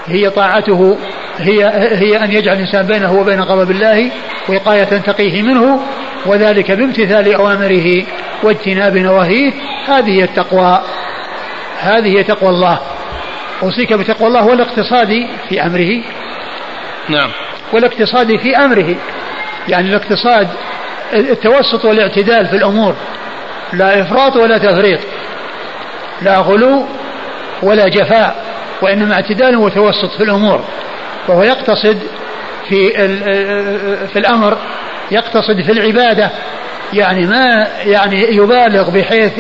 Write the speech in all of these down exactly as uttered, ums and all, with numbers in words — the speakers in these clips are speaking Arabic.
هي طاعته، هي, هي أن يجعل الإنسان بينه وبين غضب الله وقاية تقيه منه، وذلك بامتثال أوامره واجتناب نواهيه. هذه هي التقوى، هذه هي تقوى الله. أوصيك بتقوى الله والاقتصاد في أمره. نعم. والاقتصاد في أمره يعني الاقتصاد التوسط والاعتدال في الأمور، لا إفراط ولا تفريط، لا غلو ولا جفاء، وإنما اعتدال وتوسط في الأمور. وهو يقتصد في في الأمر، يقتصد في العبادة، يعني ما يعني يبالغ بحيث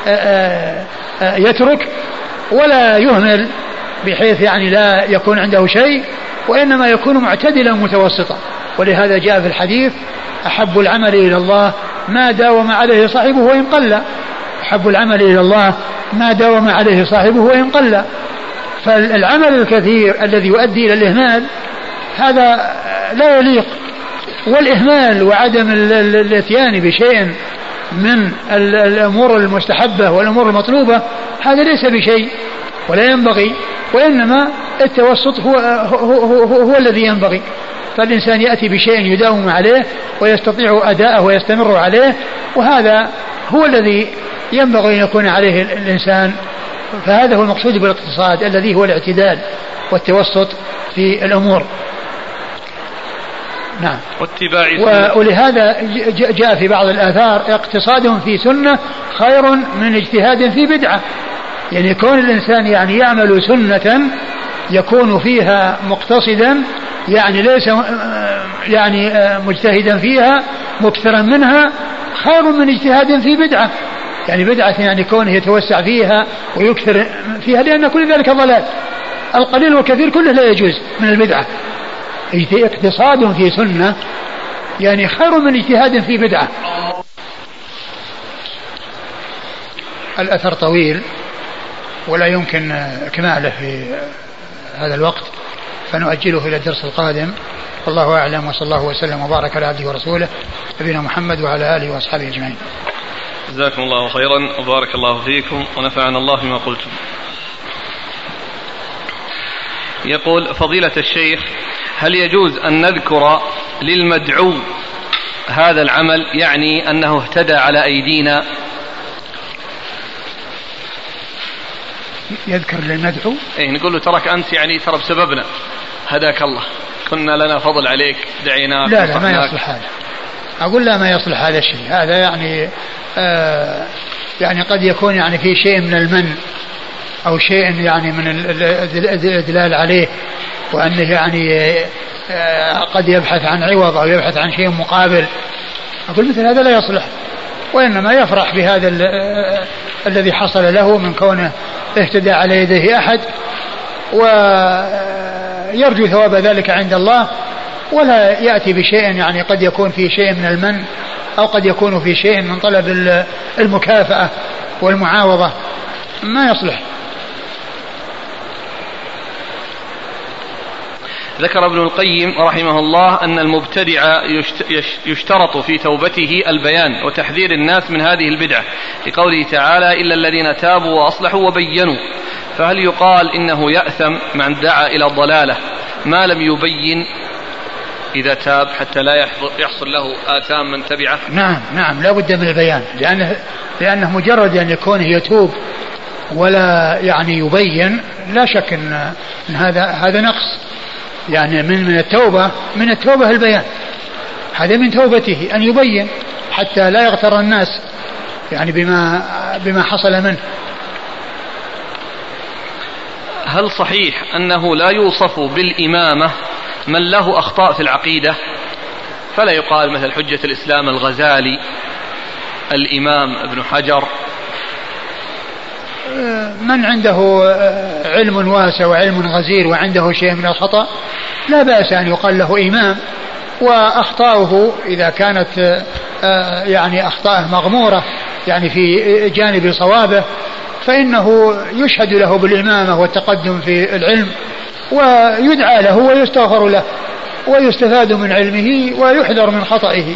يترك، ولا يهمل بحيث يعني لا يكون عنده شيء، وإنما يكون معتدلا متوسطا. ولهذا جاء في الحديث: أحب العمل إلى الله ما داوم عليه صاحبه وإن قل. أحب العمل إلى الله ما داوم عليه صاحبه وإن قل. فالعمل الكثير الذي يؤدي إلى الإهمال هذا لا يليق، والإهمال وعدم الاتيان بشيء من الأمور المستحبة والأمور المطلوبة هذا ليس بشيء ولا ينبغي، وإنما التوسط هو, هو, هو, هو, هو الذي ينبغي. فالإنسان يأتي بشيء يداوم عليه ويستطيع أداءه ويستمر عليه، وهذا هو الذي ينبغي أن يكون عليه الإنسان. فهذا هو المقصود بالاقتصاد الذي هو الاعتدال والتوسط في الأمور. نعم. ولهذا جاء في بعض الآثار: اقتصاد في سنة خير من اجتهاد في بدعة. يعني يكون الإنسان يعني يعمل سنة يكون فيها مقتصدا، يعني ليس يعني مجتهدا فيها مكثرا منها، خير من اجتهاد في بدعة. يعني بدعة يعني كونه يتوسع فيها ويكثر فيها، لأن كل ذلك ضلال. القليل والكثير كله لا يجوز من البدعة. اقتصاد في سنة يعني خير من اجتهاد في بدعة. الأثر طويل ولا يمكن إكماله في هذا الوقت، فنؤجله إلى الدرس القادم. والله أعلم، وصلى الله وسلم وبارك على عبده ورسوله نبينا محمد وعلى آله وأصحابه أجمعين. جزاكم الله خيرا وبارك الله فيكم ونفعنا الله بما قلتم. يقول: فضيلة الشيخ، هل يجوز أن نذكر للمدعو هذا العمل، يعني أنه اهتدى على أيدينا؟ يذكر للمدعو؟ إيه، نقول له: ترك أنت يعني ترى بسببنا هداك الله، كنا لنا فضل عليك، دعيناك. لا لا ما يصلح هذا. أقول لا ما يصلح هذا الشيء. هذا يعني آه يعني قد يكون يعني في شيء من المن أو شيء يعني من الإدلال عليه، وأنه يعني آه قد يبحث عن عوض أو يبحث عن شيء مقابل. أقول مثل هذا لا يصلح، وإنما يفرح بهذا آه الذي حصل له من كونه اهتدى على يديه أحد، ويرجو ثواب ذلك عند الله، ولا يأتي بشيء يعني قد يكون فيه شيء من المن أو قد يكون فيه شيء من طلب المكافأة والمعاوضة. ما يصلح. ذكر ابن القيم رحمه الله أن المبتدع يشترط في توبته البيان وتحذير الناس من هذه البدعة، لقوله تعالى: إلا الذين تابوا وأصلحوا وبينوا. فهل يقال إنه يأثم من دعا إلى الضلالة ما لم يبين إذا تاب حتى لا يحصل له آثام من تبعه؟ نعم نعم لا بد من البيان، لأنه, لأنه مجرد أن يكون يتوب ولا يعني يبين، لا شك أن هذا هذا نقص. يعني من من التوبة من التوبة البيان، هذا من توبته أن يبين حتى لا يغتر الناس يعني بما بما حصل منه. هل صحيح أنه لا يوصف بالإمامة من له أخطاء في العقيدة، فلا يقال مثل حجة الإسلام الغزالي، الإمام ابن حجر؟ من عنده علم واسع وعلم غزير وعنده شيء من الخطأ لا بأس أن يقال له إمام، وأخطاؤه إذا كانت يعني أخطاء مغمورة يعني في جانب صوابه فإنه يشهد له بالإمامة والتقدم في العلم، ويدعى له ويستغفر له ويستفاد من علمه ويحذر من خطئه.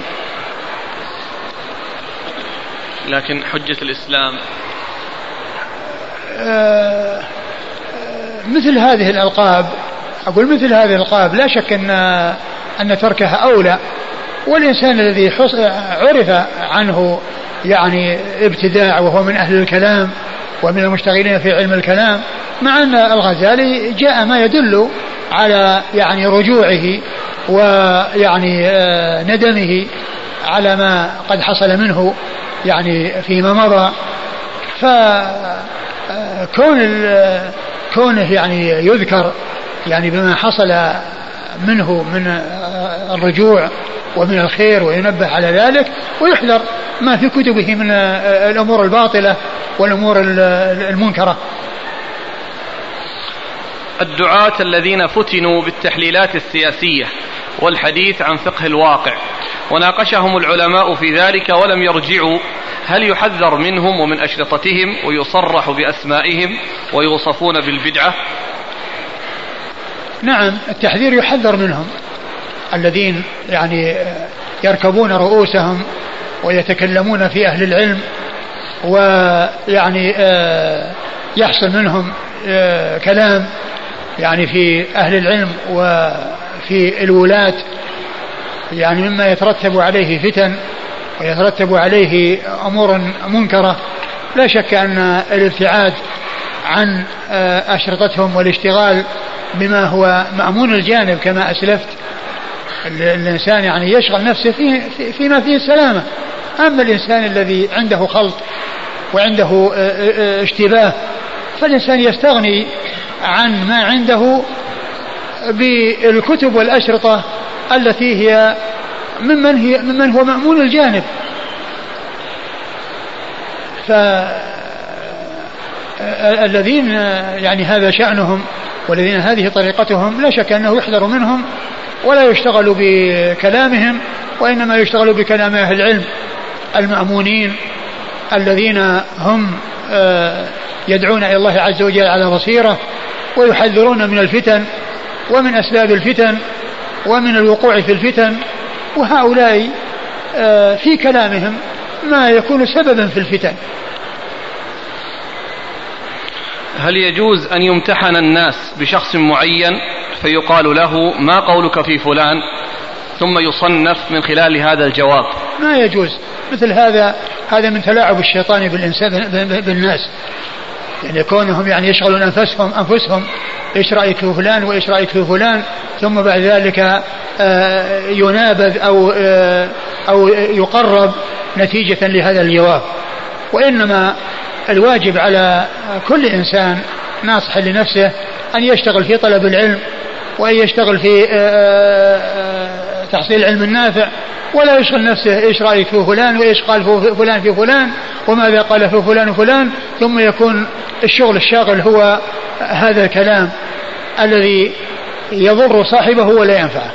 لكن حجة الإسلام مثل هذه الألقاب أقول مثل هذه الألقاب لا شك أن أن تركها أولى. والإنسان الذي عرف عنه يعني ابتداع وهو من أهل الكلام ومن المشتغلين في علم الكلام، مع أن الغزالي جاء ما يدل على يعني رجوعه ويعني ندمه على ما قد حصل منه يعني فيما مضى. فكون كونه يعني يذكر يعني بما حصل منه من الرجوع ومن الخير وينبه على ذلك، ويحذر ما في كتبه من الأمور الباطلة والأمور المنكرة. الدعاة الذين فتنوا بالتحليلات السياسية والحديث عن فقه الواقع وناقشهم العلماء في ذلك ولم يرجعوا، هل يحذر منهم ومن أشرطتهم ويصرح بأسمائهم ويوصفون بالبدعة؟ نعم، التحذير يحذر منهم، الذين يعني يركبون رؤوسهم ويتكلمون في أهل العلم، ويعني يحصل منهم كلام يعني في أهل العلم وفي الولاة، يعني مما يترتب عليه فتن ويترتب عليه أمور منكرة. لا شك أن الابتعاد عن أشرطتهم والاشتغال بما هو مأمون الجانب كما أسلفت، الإنسان يعني يشغل نفسه فيه فيما فيه السلامة. أما الإنسان الذي عنده خلط وعنده اشتباه فالإنسان يستغني عن ما عنده بالكتب والأشرطة التي هي ممن, هي ممن هو مأمون الجانب. فالذين يعني هذا شأنهم والذين هذه طريقتهم لا شك أنه يحذر منهم ولا يشتغل بكلامهم، وإنما يشتغل بكلام أهل العلم المأمونين الذين هم يدعون إلى الله عز وجل على بصيرة ويحذرون من الفتن ومن أسباب الفتن ومن الوقوع في الفتن. وهؤلاء في كلامهم ما يكون سببا في الفتن. هل يجوز أن يمتحن الناس بشخص معين فيقال له ما قولك في فلان ثم يصنف من خلال هذا الجواب؟ ما يجوز مثل هذا. هذا من تلاعب الشيطان بالإنسان بالناس، يعني كونهم يعني يشغلون أنفسهم أنفسهم إيش رأيك في فلان وإيش رأيك في فلان، ثم بعد ذلك ينابذ أو أو يقرب نتيجة لهذا الجواب. وإنما الواجب على كل إنسان ناصح لنفسه أن يشتغل في طلب العلم وأن يشتغل في تحصيل العلم النافع، ولا يشغل نفسه إيش رأيك في فلان وإيش قال فلان في فلان وماذا قال في فلان وفلان، ثم يكون الشغل الشاغل هو هذا الكلام الذي يضر صاحبه ولا ينفعه.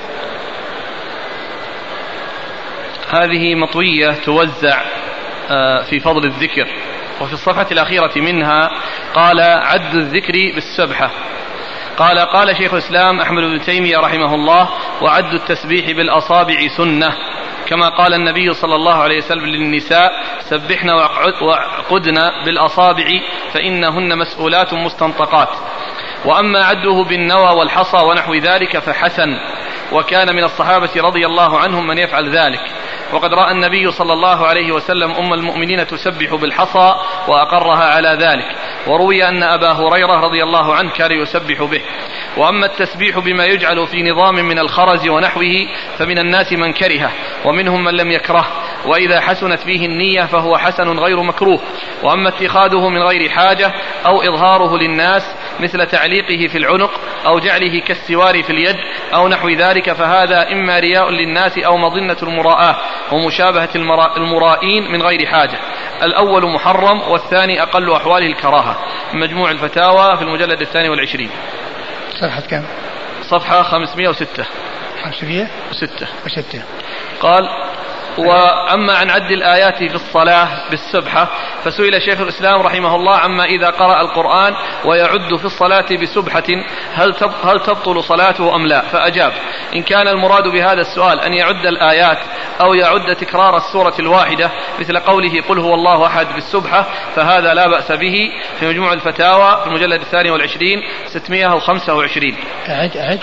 هذه مطوية توزع في فضل الذكر، وفي الصفحة الأخيرة منها قال عد الذكر بالسبحة. قال قال شيخ الإسلام أحمد بن تيمية رحمه الله وعد التسبيح بالأصابع سنة، كما قال النبي صلى الله عليه وسلم للنساء سبحنا وعقدنا بالأصابع فإنهن مسؤولات مستنطقات. وأما عده بالنوى والحصى ونحو ذلك فحسن، وكان من الصحابة رضي الله عنهم من يفعل ذلك، وقد رأى النبي صلى الله عليه وسلم أم المؤمنين تسبح بالحصى وأقرها على ذلك، وروي أن أبا هريرة رضي الله عنه كان يسبح به. وأما التسبيح بما يجعل في نظام من الخرز ونحوه فمن الناس من كرهه ومنهم من لم يكره، وإذا حسنت فيه النية فهو حسن غير مكروه. وأما اتخاذه من غير حاجة أو إظهاره للناس مثل تعليقه في العنق أو جعله كالسوار في اليد أو نحو ذلك فهذا إما رياء للناس أو مظنة المراءة ومشابهة المرائين من غير حاجة. الأول محرم والثاني أقل أحواله الكراهة. مجموع الفتاوى في المجلد الثاني والعشرين. صفحة كم؟ صفحة خمسمائة وستة. خمسمائة وستة. وستة. قال وأما عن عد الآيات في الصلاة بالسبحة فسئل شيخ الإسلام رحمه الله عما إذا قرأ القرآن ويعد في الصلاة بسبحة هل هل تبطل صلاته أم لا؟ فأجاب: إن كان المراد بهذا السؤال أن يعد الآيات أو يعد تكرار السورة الواحدة مثل قوله قل هو الله أحد بالسبحة فهذا لا بأس به، في مجموع الفتاوى في المجلد الثاني والعشرين ستمائة وخمسة وعشرين. أعد أعد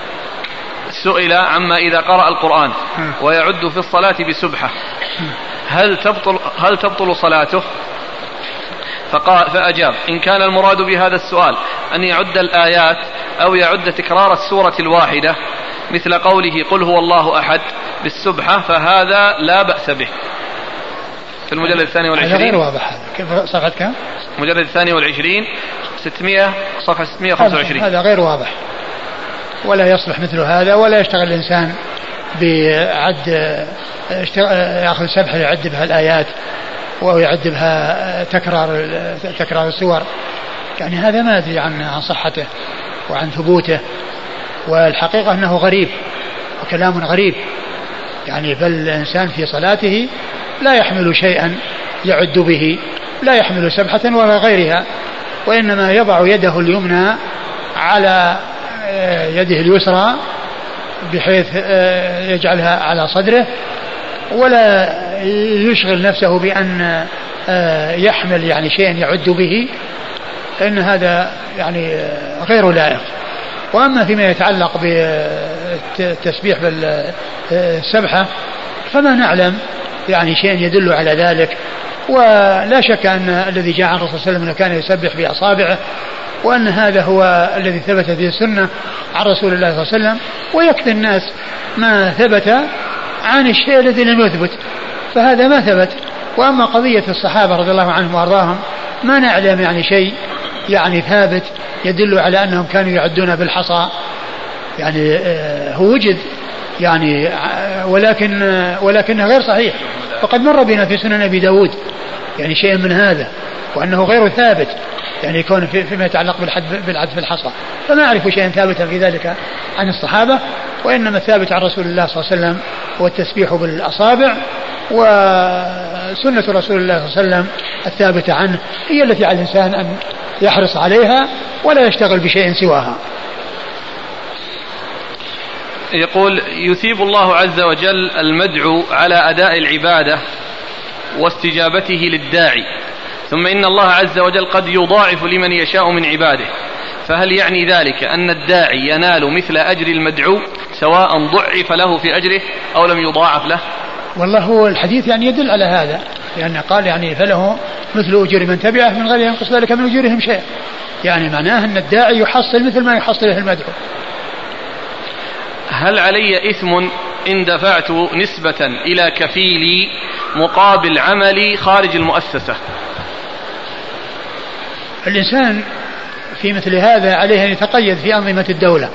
سئل عما إذا قرأ القرآن ويعد في الصلاة بسبحة هل تبطل هل تبطل صلاته؟ فقال فأجاب: إن كان المراد بهذا السؤال أن يعد الآيات أو يعد تكرار السورة الواحدة مثل قوله قل هو الله أحد بالسبحة فهذا لا بأس به. في المجلد الثاني والعشرين. هذا غير واضح. هذا كيف صفحة كم؟ المجلد الثاني والعشرين ستمائة صفحة ستمائة وخمسة وعشرين. هذا غير واضح ولا يصلح مثل هذا، ولا يشتغل الإنسان بعد يأخذ سبحة يعد بها الآيات وهو يعد بها تكرار تكرار السور، يعني هذا ما أدري عن صحته وعن ثبوته، والحقيقة أنه غريب وكلام غريب، يعني بل الإنسان في صلاته لا يحمل شيئا يعد به، لا يحمل سبحة ولا غيرها، وإنما يضع يده اليمنى على يده اليسرى بحيث يجعلها على صدره، ولا يشغل نفسه بأن يحمل يعني شيئا يعد به، فإن هذا يعني غير لائق. وأما فيما يتعلق بالتسبيح بالسبحة فما نعلم يعني شيء يدل على ذلك، ولا شك أن الذي جاء عن الرسول صلى الله عليه وسلم كان يسبح بأصابعه، وأن هذا هو الذي ثبت في السنة عن رسول الله صلى الله عليه وسلم، ويكفي الناس ما ثبت عن الشيء الذي لم يثبت، فهذا ما ثبت. وأما قضية الصحابة رضي الله عنهم وأرضاهم ما نعلم يعني شيء يعني ثابت يدل على أنهم كانوا يعدون بالحصى، يعني هو وجد يعني ولكن ولكنه غير صحيح، وقد مر بنا في سنن أبي داود يعني شيء من هذا، وأنه غير ثابت يعني يكون فيما يتعلق بالعد في الحصى، فما أعرف شيئا ثابتا في ذلك عن الصحابة، وإنما الثابت عن رسول الله صلى الله عليه وسلم هو التسبيح بالأصابع، وسنة رسول الله صلى الله عليه وسلم الثابتة عنه هي التي على الإنسان أن يحرص عليها ولا يشتغل بشيء سواها. يقول: يثيب الله عز وجل المدعو على أداء العبادة واستجابته للداعي، ثم إن الله عز وجل قد يضاعف لمن يشاء من عباده، فهل يعني ذلك أن الداعي ينال مثل أجر المدعو سواء ضعف له في أجره أو لم يضاعف له؟ والله هو الحديث يعني يدل على هذا، لأنه قال يعني فله مثل أجر من تبعه من غير ينقص ذلك من أجورهم شيء، يعني معناه أن الداعي يحصل مثل ما يحصله المدعو. هل علي إثم إن دفعت نسبة إلى كفيلي مقابل عملي خارج المؤسسة؟ الإنسان في مثل هذا عليه أن يتقيد في أنظمة الدولة،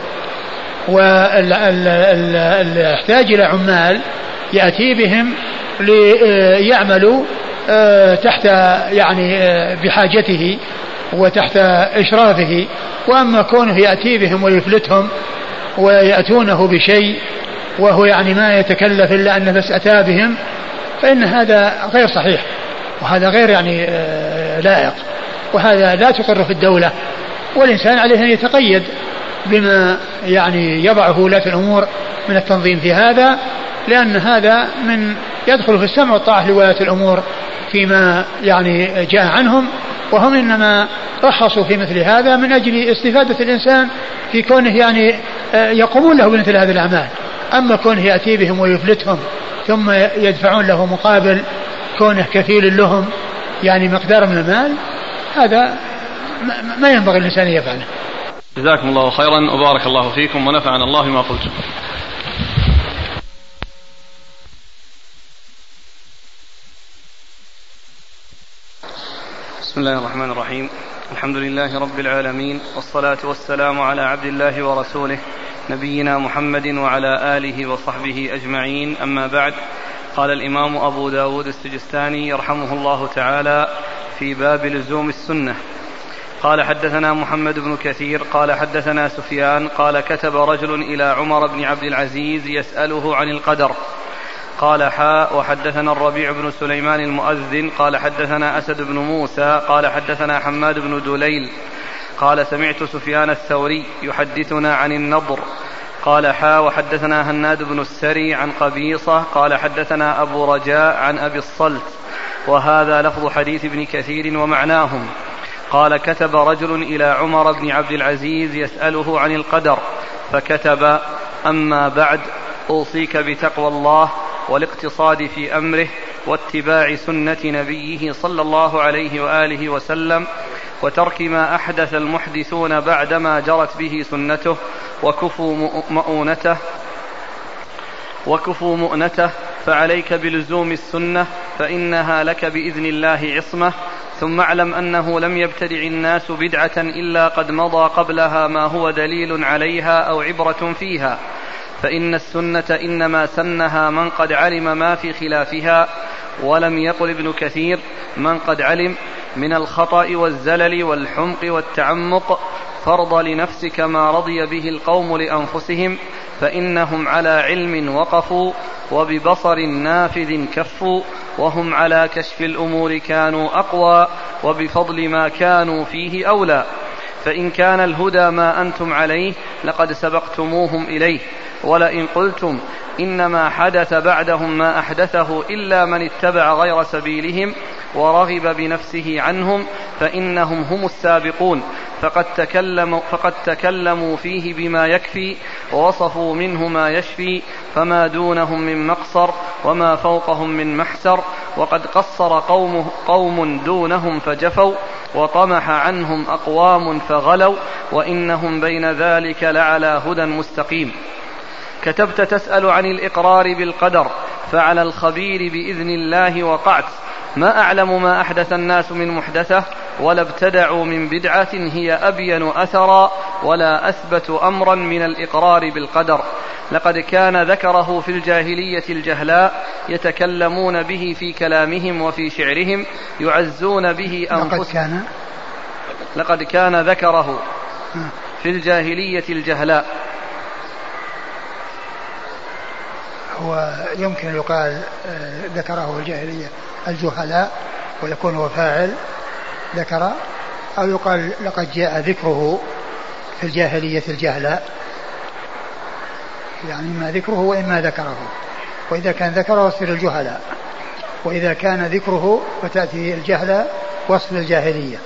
واليحتاج إلى عمال يأتي بهم ليعملوا تحت يعني بحاجته وتحت إشرافه، وأما كونه يأتي بهم ويفلتهم ويأتونه بشيء وهو يعني ما يتكلف إلا أن بس أتى بهم، فإن هذا غير صحيح، وهذا غير يعني لائق، وهذا لا تقر في الدولة، والإنسان عليه أن يتقيد بما يعني يضعه ولاة الأمور من التنظيم في هذا، لأن هذا من يدخل في السمع والطاعة لولاة الأمور فيما يعني جاء عنهم، وهم إنما رخصوا في مثل هذا من أجل استفادة الإنسان في كونه يعني يقومون له بمثل هذه الأعمال. أما كونه يأتي بهم ويفلتهم ثم يدفعون له مقابل كونه كفيل لهم يعني مقدار من المال، هذا ما ينبغي الإنسان يفعله. جزاكم الله خيرا وبارك الله فيكم ونفعنا الله ما قلتم. بسم الله الرحمن الرحيم، الحمد لله رب العالمين، والصلاة والسلام على عبد الله ورسوله نبينا محمد وعلى آله وصحبه أجمعين، أما بعد. قال الإمام أبو داود السجستاني رحمه الله تعالى في باب لزوم السنة: قال حدثنا محمد بن كثير قال حدثنا سفيان قال كتب رجل إلى عمر بن عبد العزيز يسأله عن القدر، قال حاء وحدثنا الربيع بن سليمان المؤذن قال حدثنا أسد بن موسى قال حدثنا حماد بن دليل قال سمعت سفيان الثوري يحدثنا عن النضر قال حاء وحدثنا هناد بن السري عن قبيصة قال حدثنا أبو رجاء عن أبي الصلت وهذا لفظ حديث ابن كثير ومعناهم. قال كتب رجل إلى عمر بن عبد العزيز يسأله عن القدر فكتب أما بعد أوصيك بتقوى الله والاقتصاد في أمره واتباع سنة نبيه صلى الله عليه وآله وسلم وترك ما أحدث المحدثون بعدما جرت به سنته وكفوا مؤونته وكفوا مؤنته فعليك بلزوم السنة فإنها لك بإذن الله عصمة. ثم اعلم أنه لم يبتدع الناس بدعة إلا قد مضى قبلها ما هو دليل عليها أو عبرة فيها، فإن السنة إنما سنها من قد علم ما في خلافها. ولم يقل ابن كثير من قد علم من الخطأ والزلل والحمق والتعمق فرض لنفسك ما رضي به القوم لأنفسهم، فإنهم على علم وقفوا وببصر نافذ كفوا، وهم على كشف الأمور كانوا أقوى وبفضل ما كانوا فيه أولى. فإن كان الهدى ما أنتم عليه لقد سبقتموهم إليه، ولئن قلتم إنما حدث بعدهم ما أحدثه إلا من اتبع غير سبيلهم ورغب بنفسه عنهم فإنهم هم السابقون، فقد تكلموا, فقد تكلموا فيه بما يكفي ووصفوا منه ما يشفي، فما دونهم من مقصر وما فوقهم من محسر، وقد قصر قوم, قوم دونهم فجفوا وطمح عنهم أقوام فغلوا، وإنهم بين ذلك لعلى هدى مستقيم. كتبت تسأل عن الإقرار بالقدر، فعلى الخبير بإذن الله وقعت. ما أعلم ما أحدث الناس من محدثة ولا ابتدعوا من بدعة هي أبين أثرا ولا أثبت أمرا من الإقرار بالقدر. لقد كان ذكره في الجاهلية الجهلاء يتكلمون به في كلامهم وفي شعرهم يعزون به أنفسهم. لقد كان لقد كان ذكره في الجاهلية الجهلاء. هو يمكن يقال ذكره في الجاهلية الجهلاء ويكون هو فاعل ذكر، أو يقال لقد جاء ذكره في الجاهلية الجهلاء، يعني ما ذكره وإما ذكره، وإذا كان ذكره يصير الجهلاء، وإذا كان ذكره فتأتي الجهلاء وصف الجاهلية.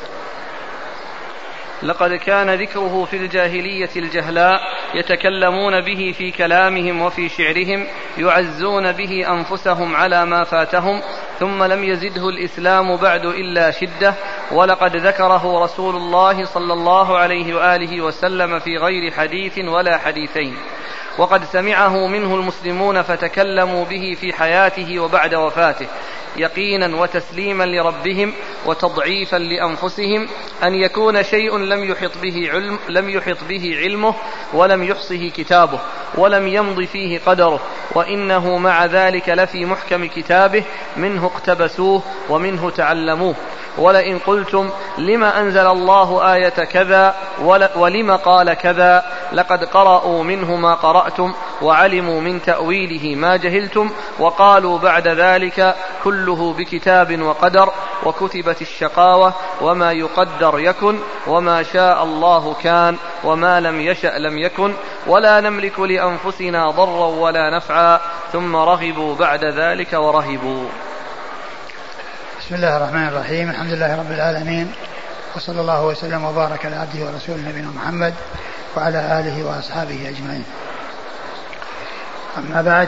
لقد كان ذكره في الجاهلية الجهلاء يتكلمون به في كلامهم وفي شعرهم يعزون به أنفسهم على ما فاتهم، ثم لم يزده الإسلام بعد إلا شدة. ولقد ذكره رسول الله صلى الله عليه وآله وسلم في غير حديث ولا حديثين، وقد سمعه منه المسلمون فتكلموا به في حياته وبعد وفاته يقينا وتسليما لربهم وتضعيفا لأنفسهم، أن يكون شيء لم يحط به علم لم يحط به علمه ولم يحصه كتابه ولم يمض فيه قدره، وإنه مع ذلك لفي محكم كتابه منه اقتبسوه ومنه تعلموه. ولئن قلتم لما أنزل الله آية كذا ولم قال كذا لقد قرأوا منه ما قرأتم وعلموا من تأويله ما جهلتم، وقالوا بعد ذلك كله بكتاب وقدر، وكتبت الشقاوة، وما يقدر يكن، وما شاء الله كان، وما لم يشأ لم يكن، ولا نملك لأنفسنا ضرا ولا نفعا، ثم رغبوا بعد ذلك ورهبوا. بسم الله الرحمن الرحيم. الحمد لله رب العالمين، وصلى الله وسلم وبارك على عبده ورسوله نبينا محمد وعلى آله وأصحابه أجمعين. أما بعد،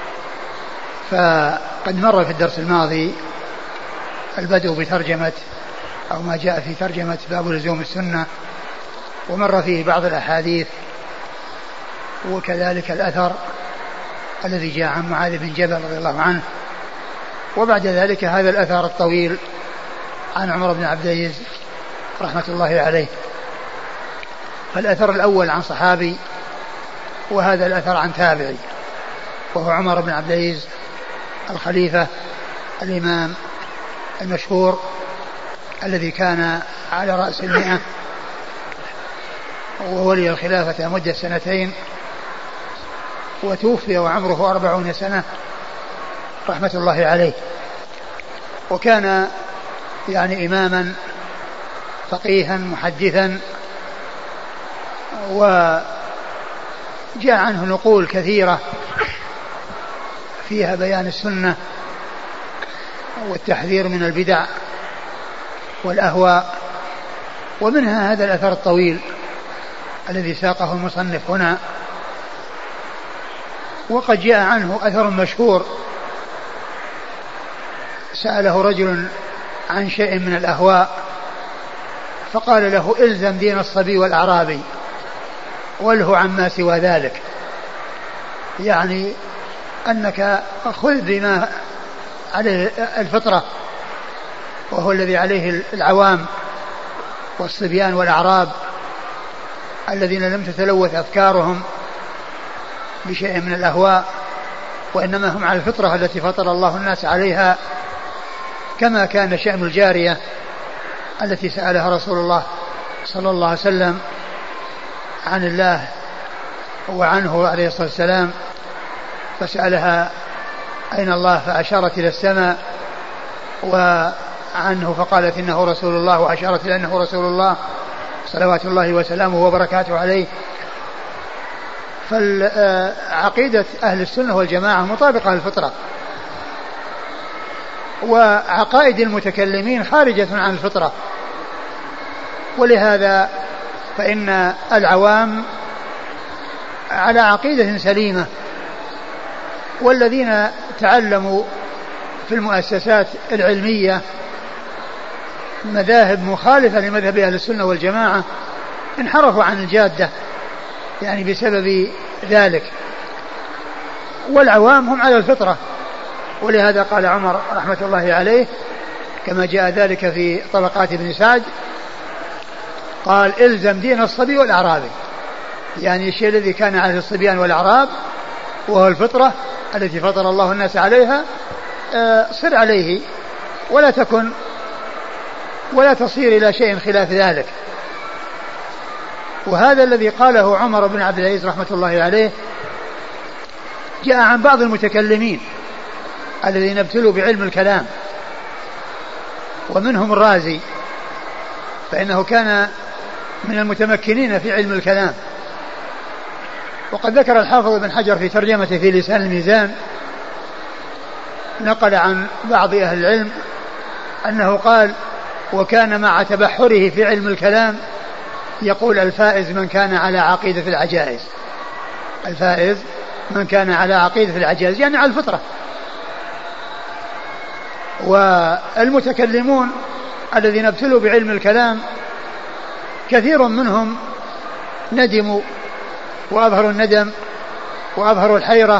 فقد مر في الدرس الماضي البدء بترجمة أو ما جاء في ترجمة باب لزوم السنة، ومر فيه بعض الأحاديث وكذلك الأثر الذي جاء عن معاذ بن جبل رضي الله عنه، وبعد ذلك هذا الأثر الطويل عن عمر بن عبد العزيز رحمة الله عليه. فالأثر الأول عن صحابي، وهذا الأثر عن تابعي، وهو عمر بن عبد العزيز الخليفة الإمام المشهور الذي كان على رأس المئة وولي الخلافة مدة سنتين، وتوفي وعمره أربعون سنة رحمة الله عليه. وكان يعني إماما فقيها محدثا، وجاء عنه نقول كثيرة فيها بيان السنة والتحذير من البدع والأهواء، ومنها هذا الأثر الطويل الذي ساقه المصنف هنا. وقد جاء عنه أثر مشهور، سأله رجل عن شيء من الأهواء فقال له: إلزم دين الصبي والأعرابي وله عما سوى ذلك، يعني أنك خذ بما عليه الفطرة وهو الذي عليه العوام والصبيان والأعراب الذين لم تتلوث أفكارهم بشيء من الأهواء، وإنما هم على الفطرة التي فطر الله الناس عليها، كما كان شأن الجارية التي سألها رسول الله صلى الله عليه وسلم عن الله وعنه عليه الصلاة والسلام، فسألها أين الله فأشارت إلى السماء، وعنه فقالت إنه رسول الله وأشارت إلى أنه رسول الله صلوات الله وسلامه وبركاته عليه. فالعقيدة أهل السنة والجماعة مطابقة للفطرة، وعقائد المتكلمين خارجة عن الفطرة، ولهذا فإن العوام على عقيدة سليمة، والذين تعلموا في المؤسسات العلمية مذاهب مخالفة لمذهب أهل السنة والجماعة انحرفوا عن الجادة يعني بسبب ذلك، والعوام هم على الفطرة. ولهذا قال عمر رحمة الله عليه كما جاء ذلك في طبقات ابن سعد، قال: إلزم دين الصبي والأعرابي، يعني الشيء الذي كان عليه الصبيان والأعراب وهو الفطرة التي فطر الله الناس عليها صر عليه، ولا تكن ولا تصير إلى شيء خلاف ذلك. وهذا الذي قاله عمر بن عبد العزيز رحمة الله عليه جاء عن بعض المتكلمين الذين ابتلوا بعلم الكلام، ومنهم الرازي، فإنه كان من المتمكنين في علم الكلام. وقد ذكر الحافظ ابن حجر في ترجمته في لسان الميزان، نقل عن بعض أهل العلم أنه قال: وكان مع تبحره في علم الكلام يقول: الفائز من كان على عقيدة العجائز، الفائز من كان على عقيدة العجائز، يعني على الفطرة. والمتكلمون الذين ابتلوا بعلم الكلام كثير منهم ندموا وأظهروا الندم وأظهروا الحيرة،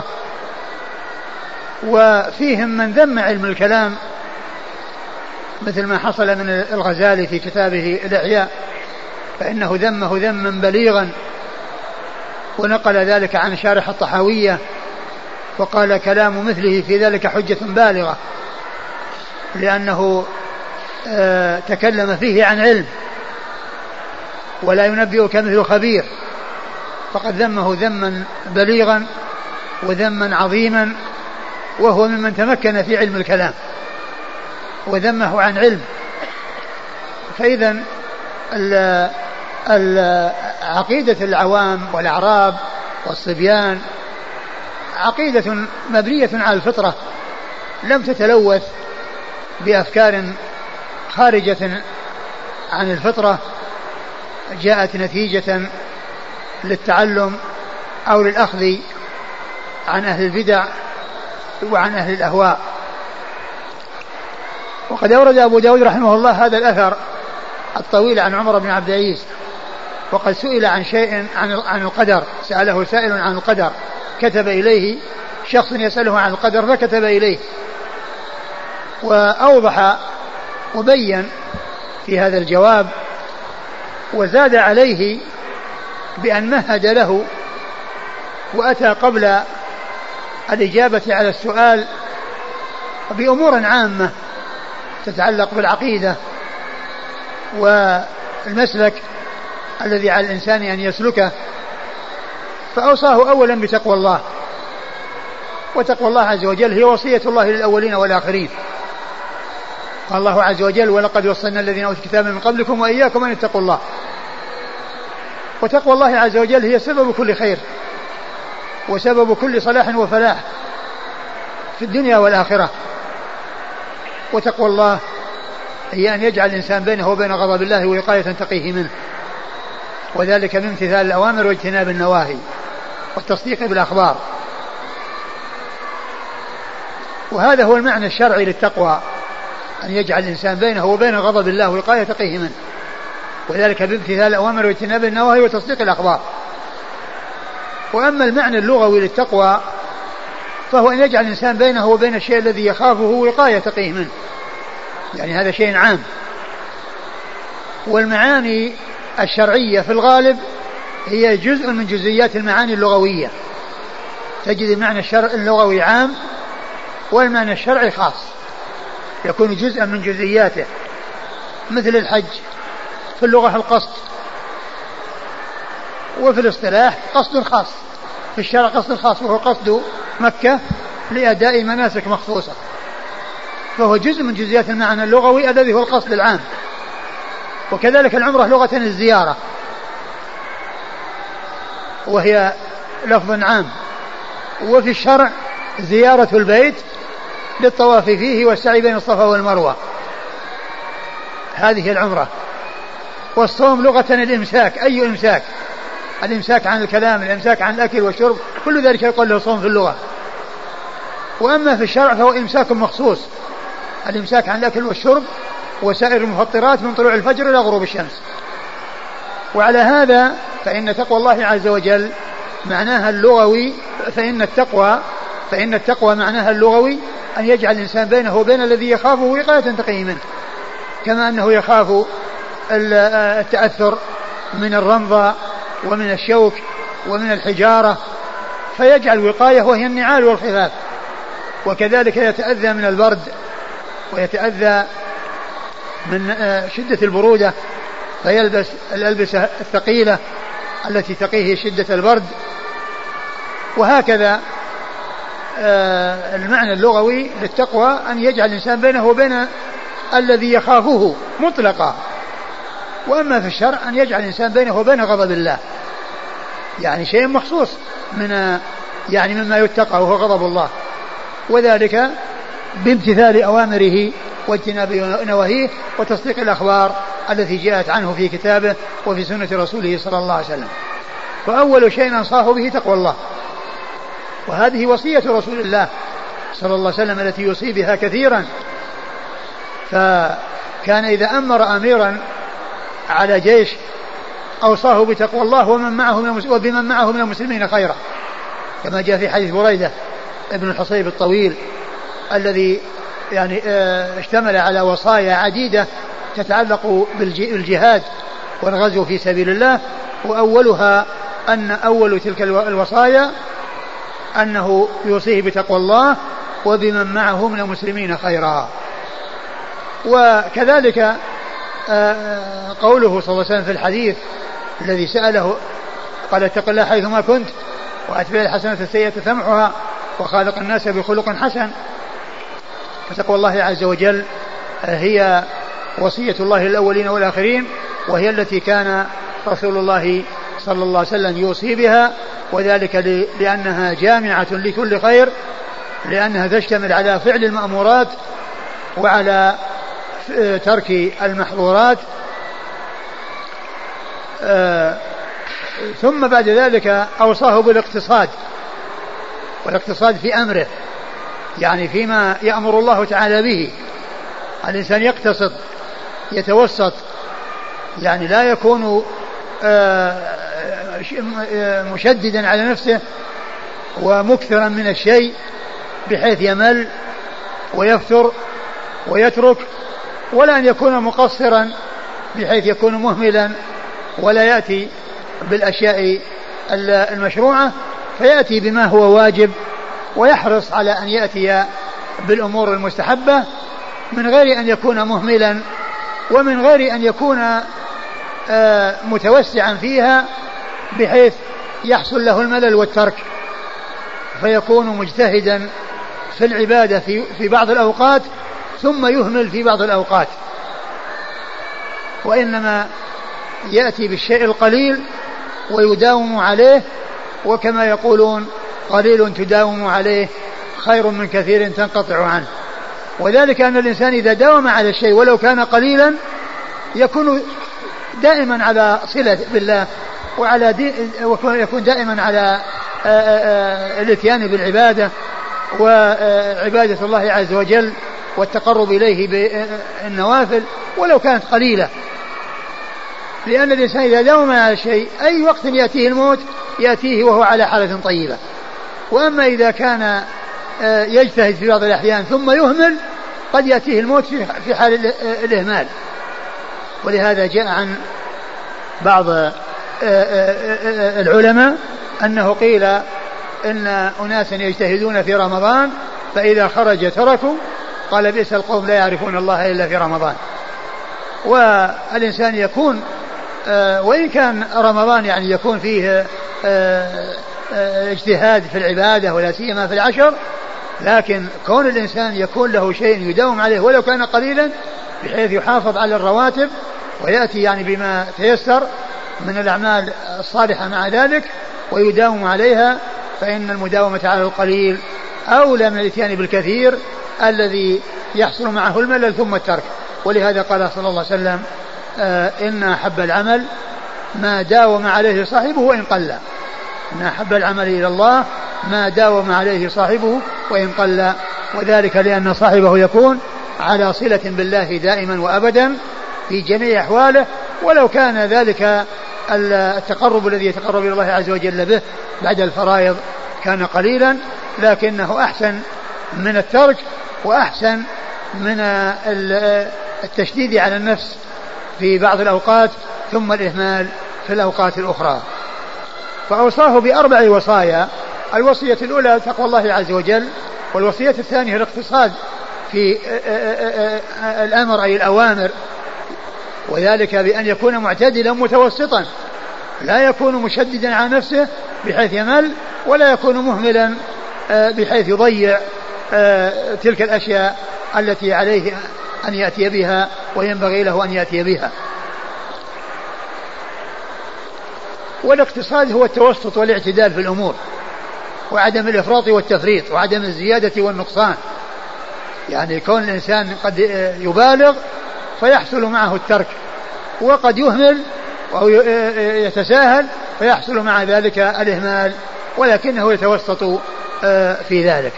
وفيهم من ذم علم الكلام مثل ما حصل من الغزالي في كتابه الإحياء، فإنه ذمه ذما بليغا، ونقل ذلك عن شارح الطحاوية وقال: كلام مثله في ذلك حجة بالغة، لأنه آه تكلم فيه عن علم ولا ينبئك مثل خبير، فقد ذمه ذما بليغا وذما عظيما، وهو ممن تمكن في علم الكلام وذمه عن علم. فإذا عقيدة العوام والأعراب والصبيان عقيدة مبنية على الفطرة، لم تتلوث بأفكار خارجة عن الفطرة جاءت نتيجة للتعلم أو للأخذ عن أهل البدع وعن أهل الأهواء. وقد أورد أبو داود رحمه الله هذا الأثر الطويل عن عمر بن عبد العزيز، وقد سئل عن شيء عن القدر، سأله سائل عن القدر، كتب إليه شخص يسأله عن القدر فكتب إليه، وأوضح وبين في هذا الجواب، وزاد عليه بأن مهد له وأتى قبل الإجابة على السؤال بأمور عامة تتعلق بالعقيدة والمسلك الذي على الإنسان أن يسلكه، فأوصاه أولا بتقوى الله، وتقوى الله عز وجل هي وصية الله للأولين والآخرين. قال الله عز وجل ولقد وصينا الذين أوتوا الكتاب من قبلكم وإياكم أن اتقوا الله. وتقوى الله عز وجل هي سبب كل خير وسبب كل صلاح وفلاح في الدنيا والآخرة. وتقوى الله هي أن يجعل الإنسان بينه وبين غضب الله ووقاية تقيه منه، وذلك من امتثال الأوامر واجتناب النواهي والتصديق بالأخبار. وهذا هو المعنى الشرعي للتقوى، أن يجعل الإنسان بينه وبين غضب الله ووقاية تقيه منه، وذلك بامتثال الأوامر واجتناب النواهي وتصديق الأخبار. وأما المعنى اللغوي للتقوى فهو أن يجعل الإنسان بينه وبين الشيء الذي يخافه وقاية تقيه منه، يعني هذا شيء عام. والمعاني الشرعية في الغالب هي جزء من جزئيات المعاني اللغوية، تجد المعنى الشرعي اللغوي عام والمعنى الشرعي خاص، يكون جزءا من جزئياته. مثل الحج في اللغة القصد، وفي الاصطلاح قصد خاص، في الشرع قصد خاص وهو قصد مكة لأداء مناسك مخصوصة، فهو جزء من جزئيات المعنى اللغوي الذي هو القصد العام. وكذلك العمرة لغة الزيارة، وهي لفظ عام، وفي الشرع زيارة البيت للطواف فيه والسعي بين الصفا والمروة، هذه العمرة. والصوم لغة الإمساك، أي إمساك، الإمساك عن الكلام، الإمساك عن الأكل والشرب، كل ذلك يقول له صوم في اللغة. وأما في الشرع فهو إمساك مخصوص، الإمساك عن الأكل والشرب وسائر المفطرات من طلوع الفجر إلى غروب الشمس. وعلى هذا فإن تقوى الله عز وجل معناها اللغوي، فإن التقوى فإن التقوى معناها اللغوي أن يجعل الإنسان بينه وبين الذي يخافه وقاية تقيه منه، كما أنه يخاف التأثر من الرمضة ومن الشوك ومن الحجارة فيجعل وقاية وهي النعال والخفاف. وكذلك يتأذى من البرد ويتأذى من شدة البرودة فيلبس الألبسة الثقيلة التي تقيه شدة البرد. وهكذا المعنى اللغوي للتقوى أن يجعل الإنسان بينه وبين الذي يخافه مطلقا. وأما في الشرع أن يجعل الإنسان بينه وبين غضب الله، يعني شيء مخصوص من يعني مما يتقى وهو غضب الله، وذلك بامتثال أوامره واجتناب نواهيه وتصديق الأخبار التي جاءت عنه في كتابه وفي سنة رسوله صلى الله عليه وسلم. فأول شيء أنصاه به تقوى الله، وهذه وصية رسول الله صلى الله عليه وسلم التي يوصي بها كثيرا. فكان إذا أمر أميرا على جيش أوصاه بتقوى الله ومن معه من وبمن معه من المسلمين خيرا، كما جاء في حديث بريدة ابن الحصيب الطويل الذي يعني اشتمل على وصايا عديدة تتعلق بالجهاد والغزو في سبيل الله. وأولها أن أول تلك الوصايا أنه يوصيه بتقوى الله وبمن معه من المسلمين خيرا. وكذلك قوله صلى الله عليه وسلم في الحديث الذي سأله قال اتق الله حيثما كنت وأتبع الحسنة السيئة تمحها وخالق الناس بخلق حسن. فتقوى الله عز وجل هي وصية الله للأولين والآخرين، وهي التي كان رسول الله صلى الله عليه وسلم يوصي بها، وذلك لأنها جامعة لكل خير، لأنها تشتمل على فعل المأمورات وعلى ترك المحظورات. آه ثم بعد ذلك أوصاه بالاقتصاد، والاقتصاد في أمره، يعني فيما يأمر الله تعالى به الإنسان يقتصد يتوسط، يعني لا يكون آه مشددا على نفسه ومكثرا من الشيء بحيث يمل ويفتر ويترك، ولا أن يكون مقصرا بحيث يكون مهملا ولا يأتي بالأشياء المشروعة، فيأتي بما هو واجب ويحرص على أن يأتي بالأمور المستحبة من غير أن يكون مهملا ومن غير أن يكون متوسعا فيها بحيث يحصل له الملل والترك. فيكون مجتهدا في العبادة في, في بعض الأوقات ثم يهمل في بعض الأوقات، وإنما يأتي بالشيء القليل ويداوم عليه، وكما يقولون قليل تداوم عليه خير من كثير تنقطع عنه. وذلك أن الإنسان إذا داوم على الشيء ولو كان قليلا يكون دائما على صلة بالله وعلى دي ويكون دائما على الاتيان بالعبادة وعبادة الله عز وجل والتقرب إليه بالنوافل ولو كانت قليلة، لأن الإنسان إذا داوم على شيء أي وقت يأتيه الموت يأتيه وهو على حالة طيبة. وأما إذا كان يجتهد في بعض الأحيان ثم يهمل قد يأتيه الموت في حال الإهمال. ولهذا جاء عن بعض العلماء أنه قيل إن أناسا يجتهدون في رمضان فإذا خرج تركوا، قال بئس القوم لا يعرفون الله إلا في رمضان. والإنسان يكون وإن كان رمضان يعني يكون فيه اجتهاد في العبادة ولا سيما في العشر، لكن كون الإنسان يكون له شيء يداوم عليه ولو كان قليلا بحيث يحافظ على الرواتب ويأتي يعني بما تيسر من الأعمال الصالحة مع ذلك ويداوم عليها، فإن المداومة على القليل أولى من الاتيان بالكثير الذي يحصل معه الملل ثم الترك. ولهذا قال صلى الله عليه وسلم آه إن أحب العمل ما داوم عليه صاحبه وإن قل. إن أحب العمل إلى الله ما داوم عليه صاحبه وإن قل، وذلك لأن صاحبه يكون على صلة بالله دائما وأبدا في جميع أحواله، ولو كان ذلك التقرب الذي يتقرب إلى الله عز وجل به بعد الفرائض كان قليلا، لكنه أحسن من الترك وأحسن من التشديد على النفس في بعض الأوقات ثم الإهمال في الأوقات الأخرى. فأوصاه بأربع وصايا: الوصية الأولى تقوى الله عز وجل، والوصية الثانية الاقتصاد في الأمر أي الأوامر، وذلك بأن يكون معتدلا متوسطا لا يكون مشددا على نفسه بحيث يمل ولا يكون مهملا بحيث يضيع تلك الأشياء التي عليه أن يأتي بها وينبغي له أن يأتي بها. والاقتصاد هو التوسط والاعتدال في الأمور وعدم الإفراط والتفريط وعدم الزيادة والنقصان، يعني كون الإنسان قد يبالغ فيحصل معه الترك، وقد يهمل أو يتساهل فيحصل مع ذلك الإهمال، ولكنه يتوسط في ذلك.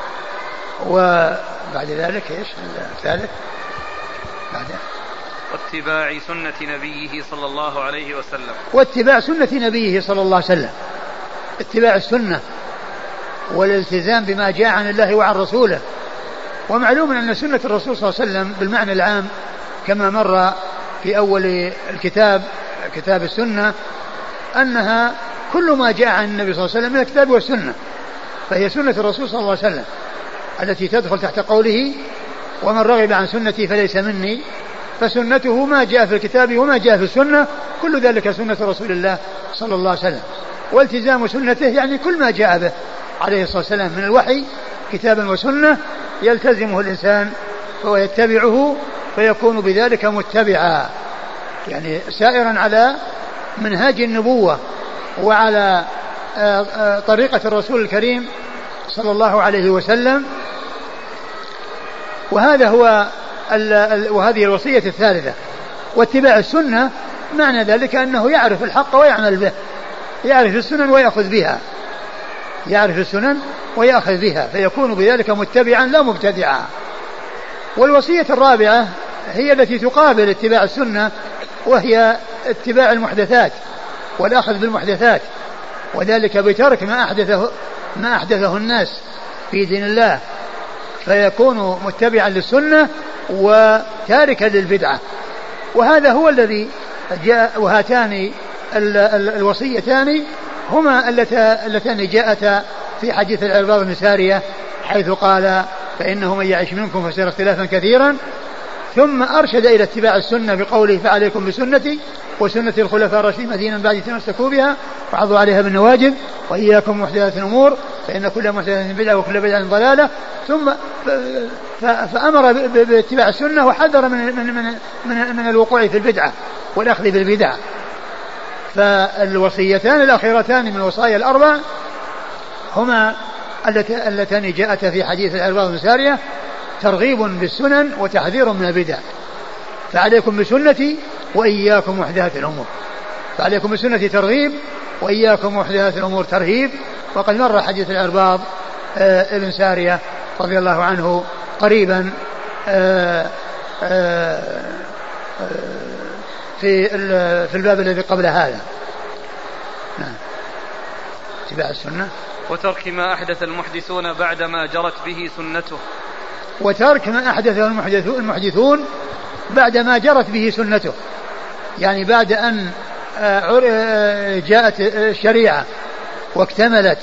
وبعد ذلك إيش الثالث؟ بعد واتباع سنة نبيه صلى الله عليه وسلم. واتباع سنة نبيه صلى الله عليه وسلم، اتباع السنة والالتزام بما جاء عن الله وعن رسوله. ومعلوم أن سنة الرسول صلى الله عليه وسلم بالمعنى العام كما مر في أول الكتاب كتاب السنة أنها كل ما جاء عن النبي صلى الله عليه وسلم من الكتاب والسنة، فهي سنة الرسول صلى الله عليه وسلم التي تدخل تحت قوله ومن رغب عن سنتي فليس مني، فسنته ما جاء في الكتاب وما جاء في السنة كل ذلك سنة رسول الله صلى الله عليه وسلم. والتزام سنته يعني كل ما جاء به عليه الصلاة والسلام من الوحي كتابا وسنة يلتزمه الإنسان ويتبعه فيكون بذلك متبعا، يعني سائرا على منهاج النبوة وعلى طريقة الرسول الكريم صلى الله عليه وسلم. وهذا هو وهذه الوصية الثالثة. واتباع السنة معنى ذلك أنه يعرف الحق ويعمل به، يعرف السنن ويأخذ بها، يعرف السنن ويأخذ بها فيكون بذلك متبعا لا مبتدعا. والوصية الرابعة هي التي تقابل اتباع السنة، وهي اتباع المحدثات والأخذ بالمحدثات، وذلك بترك ما أحدثه ما أحدثه الناس في دين الله، فيكون متبعا للسنة وتاركا للبدعة. وهذا هو الذي جاء، وهاتان الوصيتان هما اللتان جاءتا في حديث العرباض بن سارية حيث قال فإنه من يعيش منكم فسيرى اختلافا كثيرا ثم أرشد إلى اتباع السنة بقوله فعليكم بسنتي وسنة الخلفاء الراشدين الذين بعد تمسكوا بها وعضوا عليها بالنواجذ وإياكم محدثات الأمور فإن كل محدثة بدعة وكل بدعة ضلالة. ثم فأمر باتباع السنة وحذر من, من, من, من, من الوقوع في البدعة والأخذ بالبدعة. فالوصيتان الأخيرتان من الوصايا الأربع هما اللتان جاءت في حديث العرباض بن سارية ترغيب بالسنن وتحذير من البدع. فعليكم بسنتي وإياكم محدثات الأمور. فعليكم بسنتي ترغيب وإياكم محدثات الأمور ترهيب. وقد مر حديث العرباض ابن سارية رضي الله عنه قريبا في في الباب الذي قبل هذا. نعم. اتباع السنة وترك ما أحدث المحدثون بعدما جرت به سنته. وترك ما أحدث المحدثون بعدما جرت به سنته، يعني بعد أن جاءت الشريعة واكتملت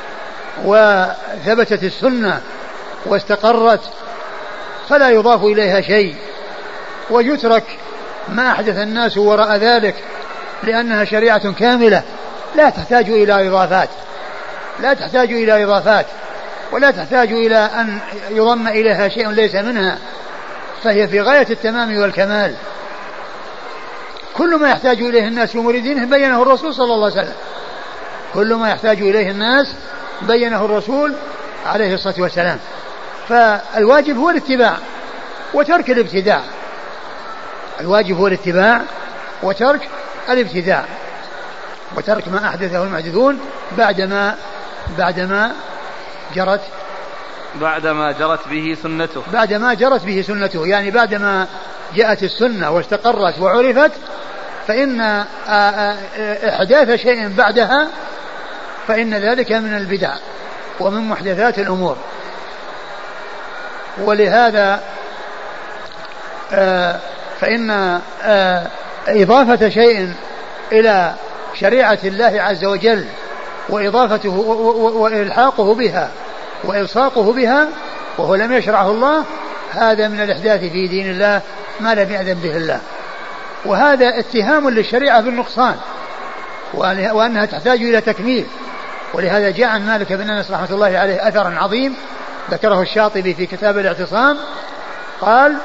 وثبتت السنة واستقرت فلا يضاف إليها شيء ويترك ما أحدث الناس وراء ذلك، لأنها شريعة كاملة لا تحتاج إلى إضافات لا تحتاج إلى إضافات ولا تحتاج إلى أن يضم إليها شيء ليس منها، فهي في غاية التمام والكمال. كل ما يحتاج إليه الناس في أمور دينهم بينه الرسول صلى الله عليه وسلم. كل ما يحتاج إليه الناس بينه الرسول عليه الصلاة والسلام. فالواجب هو الاتباع وترك الابتداع. الواجب هو الاتباع وترك الابتداع وترك ما أحدثه المحدثون بعدما بعدما جرت بعدما جرت به سنته بعدما جرت به سنته يعني بعدما جاءت السنة واستقرت وعرفت، فإن إحداث شيء بعدها فإن ذلك من البدع ومن محدثات الأمور. ولهذا فإن إضافة شيء إلى شريعة الله عز وجل وإضافته وإلحاقه بها وإلصاقه بها وهو لم يشرعه الله هذا من الإحداث في دين الله ما لم يأذن به الله، وهذا اتهام للشريعة بالنقصان وأنها تحتاج إلى تكميل. ولهذا جاء عن مالك بن أنس رحمة الله عليه أثر عظيم ذكره الشاطبي في كتاب الاعتصام قال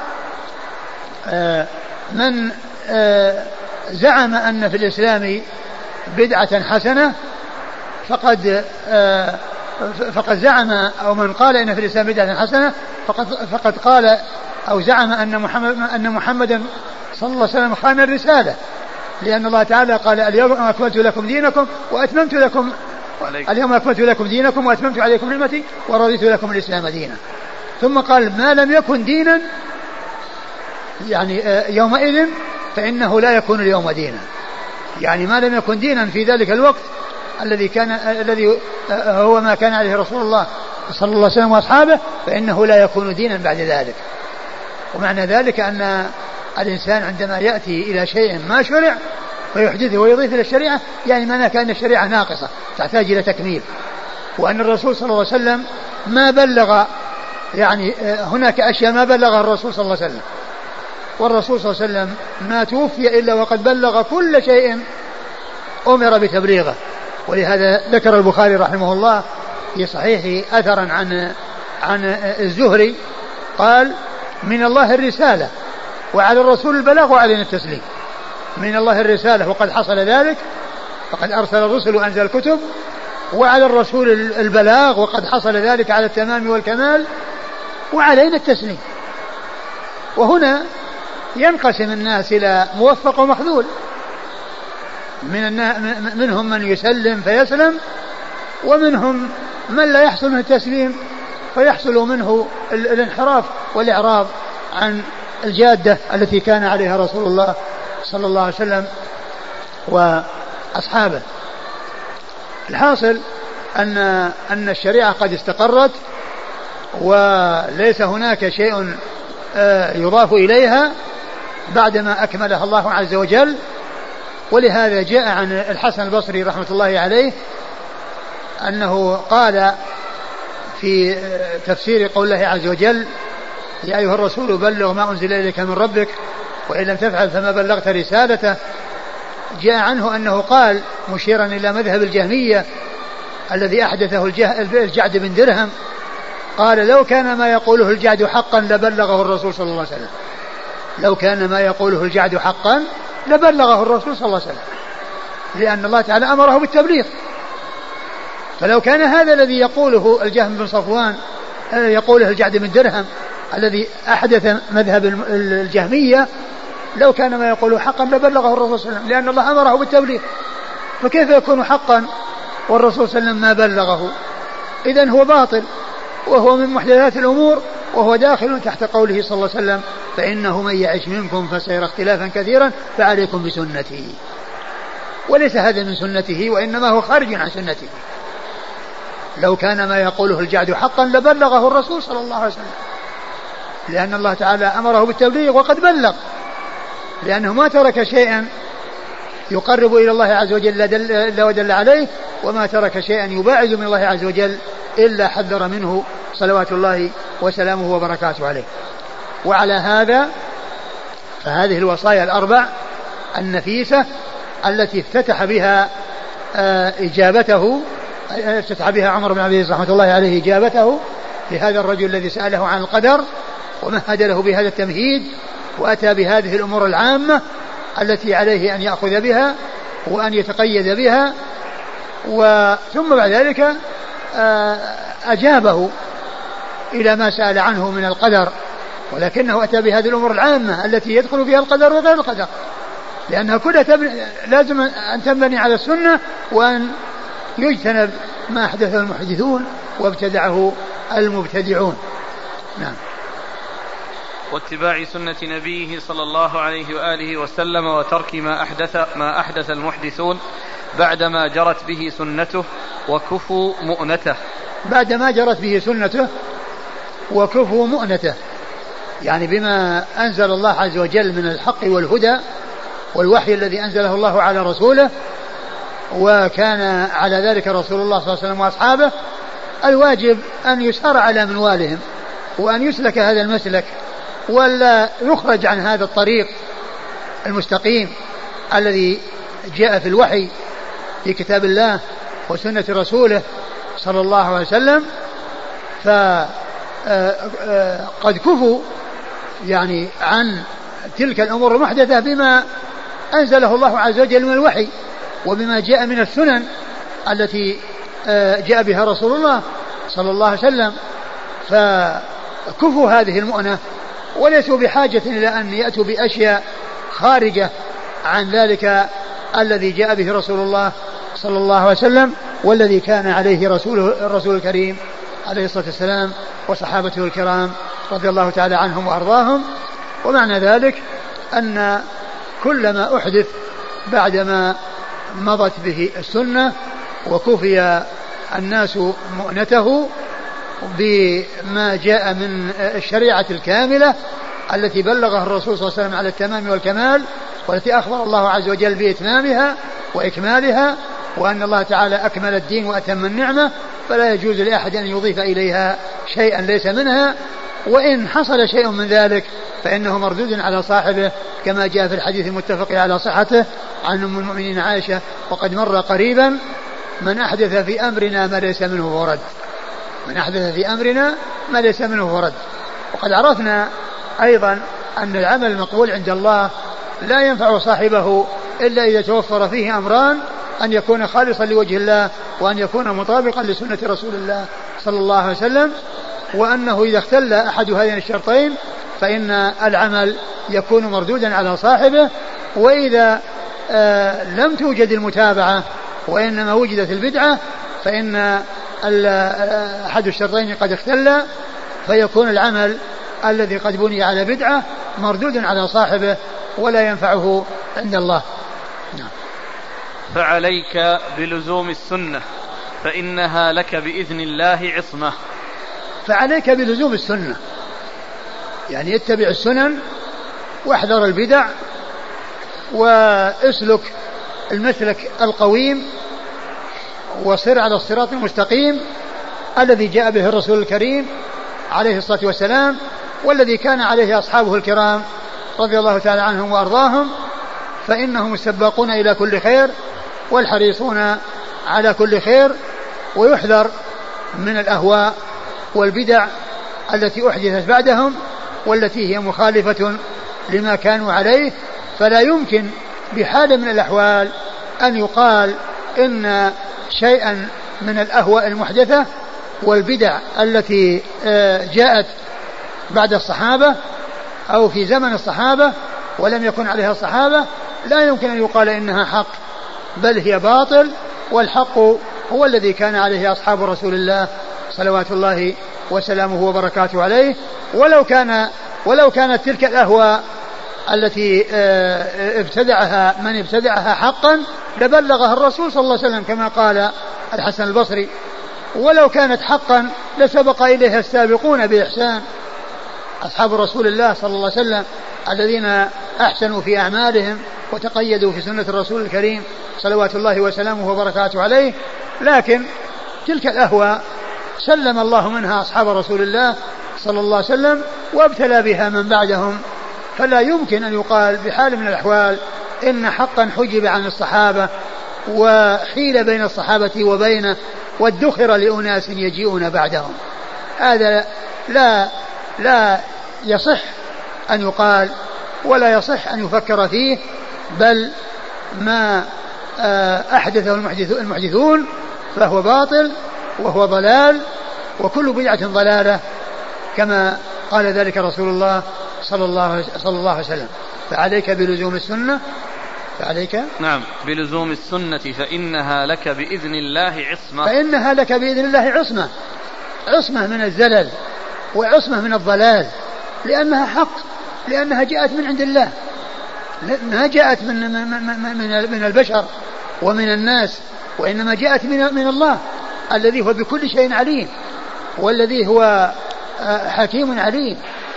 آه من آه زعم أن في الإسلام بدعة حسنة فقد آه فقد زعم أو من قال إن في الإسلام بدعة حسنة فقد فقد قال أو زعم أن محمد أن محمدا صلى الله عليه وسلم خان الرسالة، لأن الله تعالى قال اليوم أكملت لكم دينكم وأتممت لكم اليوم أكملت لكم دينكم وأتممت عليكم نعمتي ورضيت لكم الإسلام دينا. ثم قال ما لم يكن دينا يعني يومئذ فإنه لا يكون اليوم دينا، يعني ما لم يكن دينا في ذلك الوقت الذي كان الذي هو ما كان عليه رسول الله صلى الله عليه وسلم وأصحابه فإنه لا يكون دينا بعد ذلك. ومعنى ذلك أن الإنسان عندما يأتي إلى شيء ما شرع ويحدثه ويضيف إلى الشريعة يعني معناه كأن الشريعة ناقصة تحتاج إلى تكميل، وأن الرسول صلى الله عليه وسلم ما بلغ يعني هناك أشياء ما بلغها الرسول صلى الله عليه وسلم، والرسول صلى الله عليه وسلم ما توفي إلا وقد بلغ كل شيء أمر بتبليغه. ولهذا ذكر البخاري رحمه الله في صحيحه أثرا عن عن الزهري قال من الله الرسالة وعلى الرسول البلاغ وعلينا التسليم. من الله الرسالة وقد حصل ذلك فقد أرسل الرسل وأنزل الكتب، وعلى الرسول البلاغ وقد حصل ذلك على التمام والكمال، وعلينا التسليم. وهنا ينقسم الناس إلى موفق ومخذول، من منهم من يسلم فيسلم، ومنهم من لا يحصل منه التسليم فيحصل منه الانحراف والإعراض عن الجادة التي كان عليها رسول الله صلى الله عليه وسلم وأصحابه. الحاصل أن أن الشريعة قد استقرت وليس هناك شيء يضاف إليها بعدما أكملها الله عز وجل. ولهذا جاء عن الحسن البصري رحمة الله عليه أنه قال في تفسير قول الله عز وجل يا أيها الرسول بلغ ما أنزل إليك من ربك وإن لم تفعل فما بلغت رسالته. جاء عنه أنه قال مشيرا إلى مذهب الجهمية الذي أحدثه الجعد بن درهم، قال لو كان ما يقوله الجعد حقا لبلغه الرسول صلى الله عليه وسلم، لو كان ما يقوله الجعد حقا لبلغه الرسول صلى الله عليه وسلم، لأن الله تعالى أمره بالتبليغ. فلو كان هذا الذي يقوله الجهم بن صفوان يقوله الجعد بن درهم الذي أحدث مذهب الجهمية، لو كان ما يقوله حقا لبلغه الرسول صلى الله عليه وسلم، لأن الله أمره بالتبليغ، فكيف يكون حقا والرسول صلى الله عليه وسلم ما بلغه؟ إذن هو باطل وهو من محدثات الأمور، وهو داخل تحت قوله صلى الله عليه وسلم فإنه من يعش منكم فسيرى اختلافا كثيرا فعليكم بسنتي. وليس هذا من سنته وإنما هو خارج عن سنته. لو كان ما يقوله الجعد حقا لبلغه الرسول صلى الله عليه وسلم، لأن الله تعالى أمره بالتبليغ وقد بلغ، لأنه ما ترك شيئا يقرب إلى الله عز وجل إلا ودل عليه، وما ترك شيئا يباعد من الله عز وجل إلا حذر منه صلوات الله وسلامه وبركاته عليه. وعلى هذا فهذه الوصايا الأربع النفيسة التي افتتح بها إجابته افتتح بها عمر بن عبد العزيز رحمة الله عليه إجابته لهذا الرجل الذي سأله عن القدر، ومهد له بهذا التمهيد، وأتى بهذه الأمور العامة التي عليه أن يأخذ بها وأن يتقيد بها. وثم بعد ذلك أجابه إلى ما سأل عنه من القدر، ولكنه أتى بهذه الأمور العامة التي يدخل فيها القدر وغير القدر، لأنها كلها لازم أن تنبني على السنة، وأن يجتنب ما أحدث المحدثون وابتدعه المبتدعون. نعم. واتباع سنة نبيه صلى الله عليه وآله وسلم وترك ما أحدث ما أحدث المحدثون بعدما جرت به سنته وكفوا مؤنته. بعدما جرت به سنته وكفوا مؤنته، يعني بما أنزل الله عز وجل من الحق والهدى والوحي الذي أنزله الله على رسوله، وكان على ذلك رسول الله صلى الله عليه وسلم وأصحابه، الواجب أن يسار على منوالهم وأن يسلك هذا المسلك، ولا يخرج عن هذا الطريق المستقيم الذي جاء في الوحي في كتاب الله وسنة رسوله صلى الله عليه وسلم. فقد كفوا يعني عن تلك الأمور المحدثة بما أنزله الله عز وجل من الوحي وبما جاء من السنن التي جاء بها رسول الله صلى الله عليه وسلم، فكفوا هذه المؤنة وليسوا بحاجة إلى أن يأتوا بأشياء خارجة عن ذلك الذي جاء به رسول الله صلى الله عليه وسلم والذي كان عليه رسوله الرسول الكريم عليه الصلاة والسلام وصحابته الكرام رضي الله تعالى عنهم وأرضاهم. ومعنى ذلك أن كل ما أحدث بعدما مضت به السنة وكفي الناس مؤنته بما جاء من الشريعة الكاملة التي بلغها الرسول صلى الله عليه وسلم على التمام والكمال، والتي أخبر الله عز وجل بإتمامها وإكمالها، وأن الله تعالى أكمل الدين وأتم النعمة، فلا يجوز لأحد أن يضيف إليها شيئا ليس منها، وإن حصل شيء من ذلك فإنه مردود على صاحبه، كما جاء في الحديث المتفق على صحته عن أم المؤمنين عائشة وقد مر قريبا: من أحدث في أمرنا ما ليس منه فرد، من أحدث في أمرنا ما ليس منه فرد. وقد عرفنا أيضا أن العمل المقبول عند الله لا ينفع صاحبه إلا إذا توفر فيه أمران: أن يكون خالصا لوجه الله، وأن يكون مطابقا لسنة رسول الله صلى الله عليه وسلم، وأنه إذا اختل أحد هذين الشرطين فإن العمل يكون مردودا على صاحبه. وإذا آه لم توجد المتابعة وإنما وجدت البدعة فإن أحد الشرطين قد اختل، فيكون العمل الذي قد بني على بدعة مردود على صاحبه ولا ينفعه عند الله. نعم. فعليك بلزوم السنة فإنها لك بإذن الله عصمة. فعليك بلزوم السنة، يعني اتبع السنن واحذر البدع واسلك المسلك القويم وصر على الصراط المستقيم الذي جاء به الرسول الكريم عليه الصلاة والسلام، والذي كان عليه أصحابه الكرام رضي الله تعالى عنهم وأرضاهم، فإنهم السباقون إلى كل خير والحريصون على كل خير. ويحذر من الأهواء والبدع التي أحدثت بعدهم والتي هي مخالفة لما كانوا عليه. فلا يمكن بحال من الأحوال أن يقال إن شيئا من الأهواء المحدثة والبدع التي جاءت بعد الصحابة أو في زمن الصحابة ولم يكن عليها الصحابة لا يمكن أن يقال إنها حق، بل هي باطل، والحق هو الذي كان عليه أصحاب رسول الله صلوات الله وسلامه وبركاته عليه. ولو كان ولو كانت تلك الأهواء التي ابتدعها من ابتدعها حقا لبلغها الرسول صلى الله عليه وسلم كما قال الحسن البصري، ولو كانت حقا لسبق إليها السابقون بإحسان أصحاب رسول الله صلى الله عليه وسلم الذين أحسنوا في أعمالهم وتقيدوا في سنة الرسول الكريم صلوات الله وسلامه وبركاته عليه. لكن تلك الأهواء سلم الله منها أصحاب رسول الله صلى الله عليه وسلم وابتلى بها من بعدهم، فلا يمكن أن يقال بحال من الأحوال إن حقا حجب عن الصحابة وحيل بين الصحابة وبينه وادخر لأناس يجيئون بعدهم. هذا لا لا يصح أن يقال ولا يصح أن يفكر فيه، بل ما أحدثه المحدثون فهو باطل وهو ضلال، وكل بدعة ضلالة كما قال ذلك رسول الله صلى الله صلى الله عليه وسلم. فعليك بلزوم السنة فعليك نعم بلزوم السنة فإنها لك بإذن الله عصمة فإنها لك بإذن الله عصمة عصمة من الزلل وعصمة من الضلال، لأنها حق، لأنها جاءت من عند الله، ما جاءت من من من من البشر ومن الناس، وإنما جاءت من من الله الذي هو بكل شيء عليم، والذي هو حكيم عليم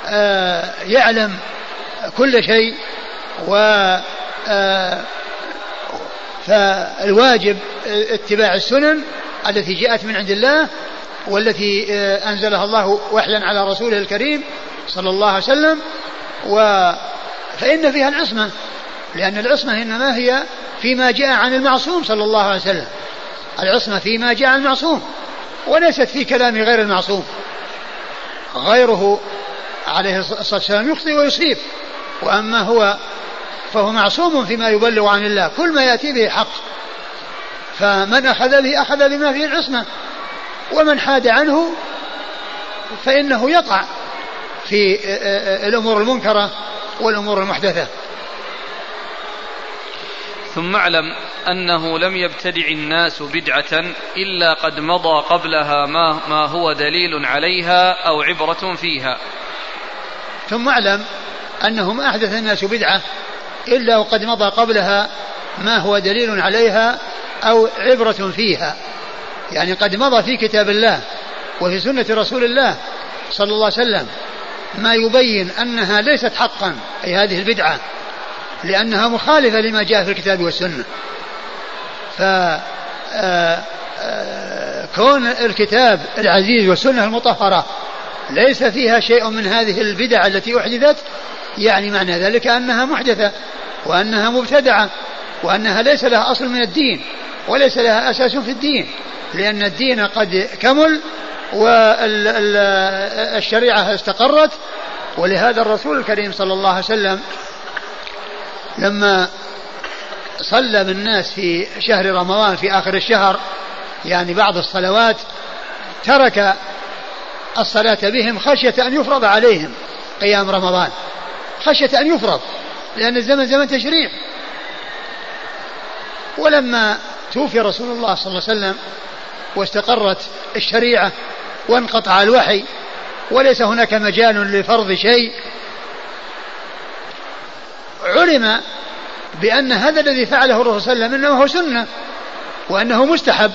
يعلم كل شيء. و فالواجب اتباع السنن التي جاءت من عند الله والتي أنزلها الله وحيا على رسوله الكريم صلى الله عليه وسلم، فإن فيها العصمة، لأن العصمة إنما هي فيما جاء عن المعصوم صلى الله عليه وسلم. العصمة فيما جاء عن المعصوم وليست في كلام غير المعصوم. غيره عليه الصلاة والسلام يخطئ ويصيب، وأما هو فهو معصوم فيما يبلغ عن الله، كل ما يأتي به حق، فمن أخذ به أخذ بما فيه العصمة، ومن حاد عنه فإنه يقع في الأمور المنكرة والأمور المحدثة. ثم اعلم أنه لم يبتدع الناس بدعة إلا قد مضى قبلها ما, ما هو دليل عليها أو عبرة فيها. ثم اعلم أنه ما أحدث الناس بدعة إلا وقد مضى قبلها ما هو دليل عليها أو عبرة فيها، يعني قد مضى في كتاب الله وفي سنة رسول الله صلى الله عليه وسلم ما يبين أنها ليست حقا، أي هذه البدعة، لأنها مخالفة لما جاء في الكتاب والسنة. فكون الكتاب العزيز والسنة المطهرة ليس فيها شيء من هذه البدع التي أحدثت، يعني معنى ذلك أنها محدثة وأنها مبتدعة وأنها ليس لها أصل من الدين وليس لها أساس في الدين، لأن الدين قد كمل والشريعة استقرت. ولهذا الرسول الكريم صلى الله عليه وسلم لما صلى بالناس في شهر رمضان في آخر الشهر، يعني بعض الصلوات، ترك الصلاة بهم خشية أن يفرض عليهم قيام رمضان، خشية أن يفرض، لأن الزمن زمن تشريع. ولما توفي رسول الله صلى الله عليه وسلم واستقرت الشريعة وانقطع الوحي وليس هناك مجال لفرض شيء، علم بأن هذا الذي فعله الرسول صلى الله عليه وسلم إنه هو سنة وأنه مستحب،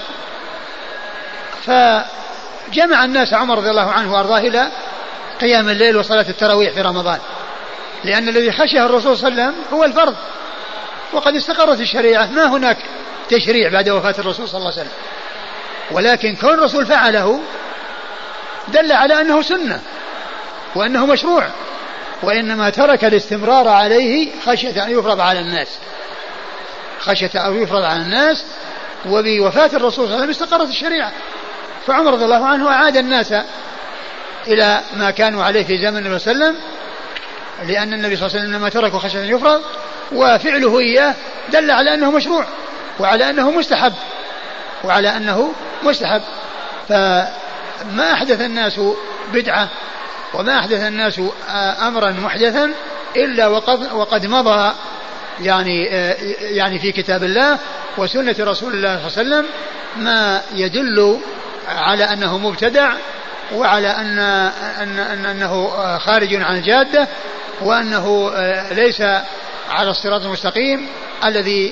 فجمع الناس عمر رضي الله عنه وأرضاه إلى قيام الليل وصلاة التراويح في رمضان، لأن الذي خشيه الرسول صلى الله عليه وسلم هو الفرض، وقد استقرت الشريعة، ما هناك تشريع بعد وفاة الرسول صلى الله عليه وسلم. ولكن كون الرسول فعله دل على أنه سنة، وأنه مشروع، وإنما ترك الاستمرار عليه خشية أن يفرض على الناس، خشية أن يفرض على الناس. وبوفاة الرسول صلى الله عليه وسلم استقرت الشريعة، فعمر رضي الله عنه أعاد الناس إلى ما كانوا عليه في زمن النبي صلى الله عليه وسلم، لأن النبي صلى الله عليه وسلم لما تركوا خشية أن يفرض، وفعله إياه دل على أنه مشروع وعلى أنه مستحب وعلى أنه مستحب. فما أحدث الناس بدعة وما أحدث الناس أمرا محدثا إلا وقد, وقد مضى يعني يعني في كتاب الله وسنة رسول الله صلى الله عليه وسلم ما يدل على أنه مبتدع وعلى أن أن أن أنه خارج عن الجادة، وأنه ليس على الصراط المستقيم الذي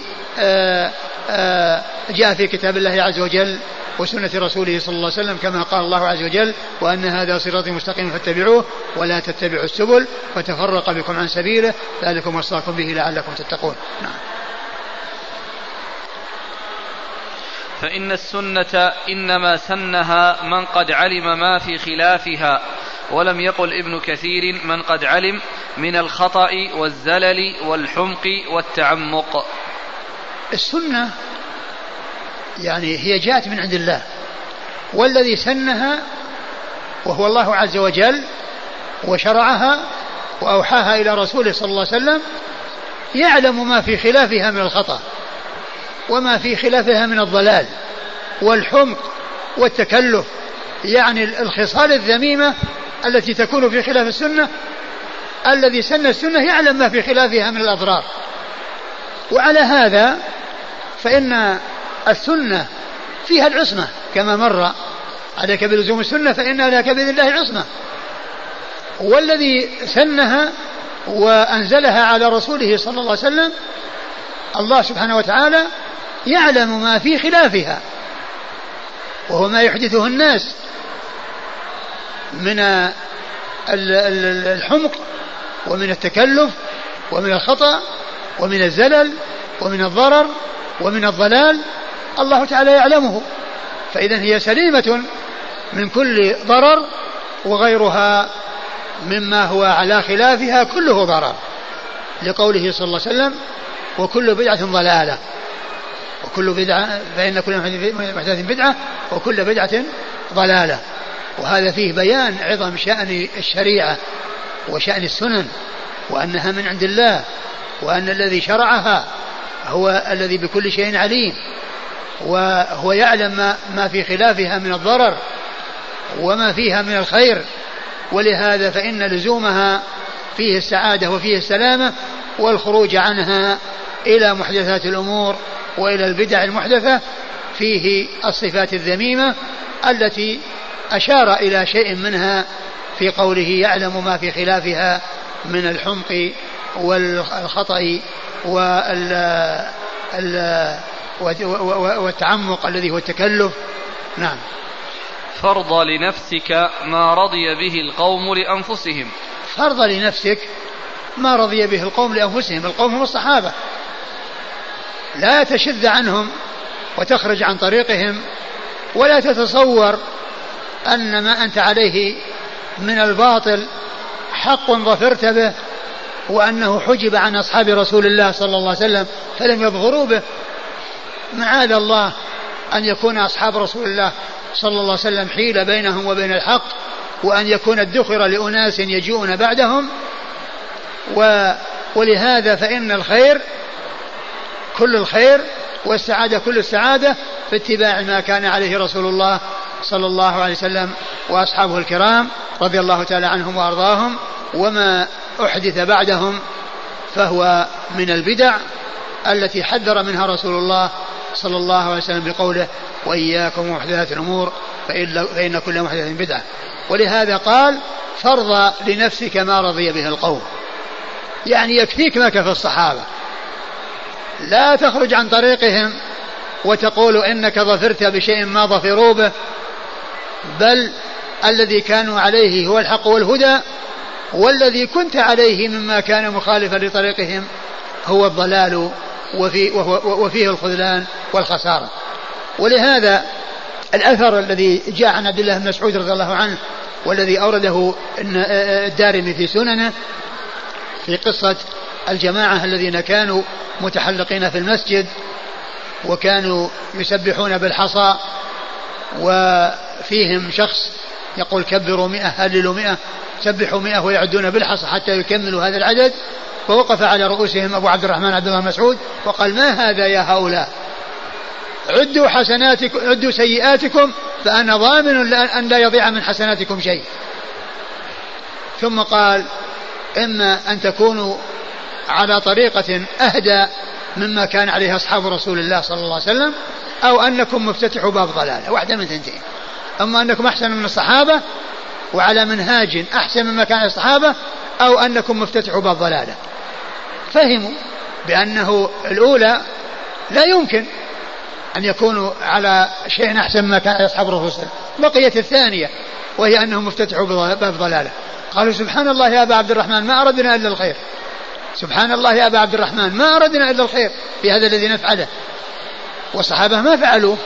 جاء في كتاب الله عز وجل وسنة رسوله صلى الله عليه وسلم، كما قال الله عز وجل: وأن هذا صراطي مستقيم فاتبعوه ولا تتبعوا السبل فتفرق بكم عن سبيله ذلكم وصاكم به لعلكم تتقون. نعم. فإن السنة إنما سنها من قد علم ما في خلافها، ولم يقل ابن كثير من قد علم من الخطأ والزلل والحمق والتعمق. السنة يعني هي جاءت من عند الله، والذي سنها وهو الله عز وجل وشرعها وأوحاها إلى رسوله صلى الله عليه وسلم، يعلم ما في خلافها من الخطأ وما في خلافها من الضلال والحمق والتكلف، يعني الخصال الذميمة التي تكون في خلاف السنة. الذي سن السنة يعلم ما في خلافها من الأضرار، وعلى هذا فإن السنة فيها العصمة كما مر: عليك بلزوم السنة فإنها لك بإذن الله عصمة. والذي سنها وأنزلها على رسوله صلى الله عليه وسلم الله سبحانه وتعالى يعلم ما في خلافها، وهو ما يحدثه الناس من الحمق ومن التكلف ومن الخطأ ومن الزلل ومن الضرر ومن الضلال، الله تعالى يعلمه، فإذا هي سليمة من كل ضرر، وغيرها مما هو على خلافها كله ضرر، لقوله صلى الله عليه وسلم: وكل بدعة ضلالة، وكل بدعة فإن كل محدثة بدعة وكل بدعة ضلالة. وهذا فيه بيان عظم شأن الشريعة وشأن السنن، وأنها من عند الله، وأن الذي شرعها هو الذي بكل شيء عليم، وهو يعلم ما في خلافها من الضرر وما فيها من الخير. ولهذا فإن لزومها فيه السعادة وفيه السلامة، والخروج عنها إلى محدثات الأمور وإلى البدع المحدثة فيه الصفات الذميمة التي أشار إلى شيء منها في قوله: يعلم ما في خلافها من الحمق والخطأ والتعمق الذي هو التكلف. نعم. فرض لنفسك ما رضي به القوم لأنفسهم. فرض لنفسك ما رضي به القوم لأنفسهم. القوم هم الصحابة، لا تشذ عنهم وتخرج عن طريقهم، ولا تتصور أن ما أنت عليه من الباطل حق ظفرت به، وأنه حجب عن أصحاب رسول الله صلى الله عليه وسلم فلم يظهروا به. معاذ الله أن يكون أصحاب رسول الله صلى الله عليه وسلم حيل بينهم وبين الحق، وأن يكون الدخر لأناس يجيئون بعدهم. ولهذا فإن الخير كل الخير والسعادة كل السعادة في اتباع ما كان عليه رسول الله صلى الله عليه وسلم وأصحابه الكرام رضي الله تعالى عنهم وأرضاهم. وما أحدث بعدهم فهو من البدع التي حذر منها رسول الله صلى الله عليه وسلم بقوله: وإياكم ومحدثات الأمور فإن كل محدثة بدعة. ولهذا قال: فرض لنفسك ما رضي به القوم، يعني يكفيك ما كفى الصحابة، لا تخرج عن طريقهم وتقول إنك ظفرت بشيء ما ظفروا به، بل الذي كانوا عليه هو الحق والهدى، والذي كنت عليه مما كان مخالفا لطريقهم هو الضلال وفي وفيه الخذلان والخسارة. ولهذا الأثر الذي جاء عن عبد الله بن مسعود رضي الله عنه والذي أورده الدارمي في سننه في قصة الجماعة الذين كانوا متحلقين في المسجد وكانوا يسبحون بالحصى، وفيهم شخص يقول كبروا مئة هللوا مئة سبحوا مئة ويعدون بالحصى حتى يكملوا هذا العدد، فوقف على رؤوسهم أبو عبد الرحمن عبد الله مسعود وقال ما هذا يا هؤلاء، عدوا حسناتكم عدوا سيئاتكم فأنا ضامن أن لا يضيع من حسناتكم شيء. ثم قال إما أن تكونوا على طريقة أهدى مما كان عليه أصحاب رسول الله صلى الله عليه وسلم، أو أنكم مفتتحوا باب ضلالة، واحدة من ثنتين، أما أنكم أحسن من الصحابة وعلى منهاج أحسن مما كان الصحابة، أو أنكم مفتتحوا باب ضلالة. فهموا بأنه الأولى لا يمكن أن يكونوا على شيء أحسن مما كان أصحاب الرسول صلى الله عليه وسلم. بقيت الثانية وهي أنهم مفتتحوا باب ضلالة. قالوا سبحان الله يا أبا عبد الرحمن ما أردنا إلا الخير، سبحان الله يا أبا عبد الرحمن ما أردنا إلا الخير في هذا الذي نفعله، والصحابة ما فعلوه.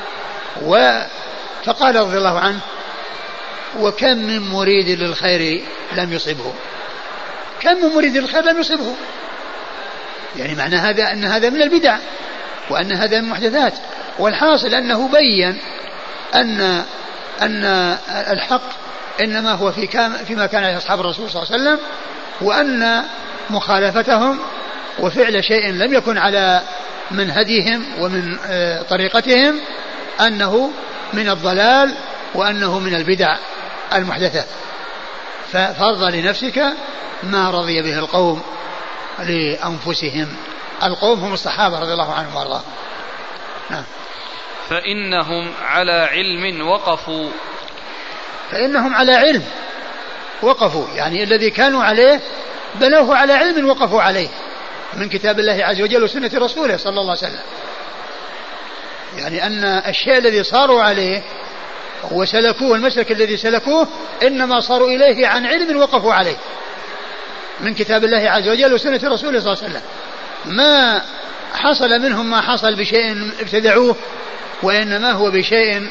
فقال رضي الله عنه وكم من مريد للخير لم يصبه، كم من مريد للخير لم يصبه، يعني معنى هذا أن هذا من البدع وأن هذا من المحدثات. والحاصل أنه بين أن أن الحق إنما هو في كام فيما كان عليه أصحاب الرسول صلى الله عليه وسلم، وأن مخالفتهم وفعل شيء لم يكن على منهجهم ومن طريقتهم أنه من الضلال وأنه من البدع المحدثة. فارض لنفسك ما رضي به القوم لأنفسهم، القوم هم الصحابة رضي الله عنهم وارضاهم. نعم. فإنهم على علم وقفوا، فإنهم على علم وقفوا، يعني الذي كانوا عليه بنوه على علم وقفوا عليه من كتاب الله عز وجل وسنة رسوله صلى الله عليه وسلم. يعني أن الشيء الذي صاروا عليه وسلكوه المسلك الذي سلكوه إنما صاروا إليه عن علم وقفوا عليه من كتاب الله عز وجل وسنة رسوله صلى الله عليه وسلم. ما حصل منهم ما حصل بشيء ابتدعوه، وإنما هو بشيء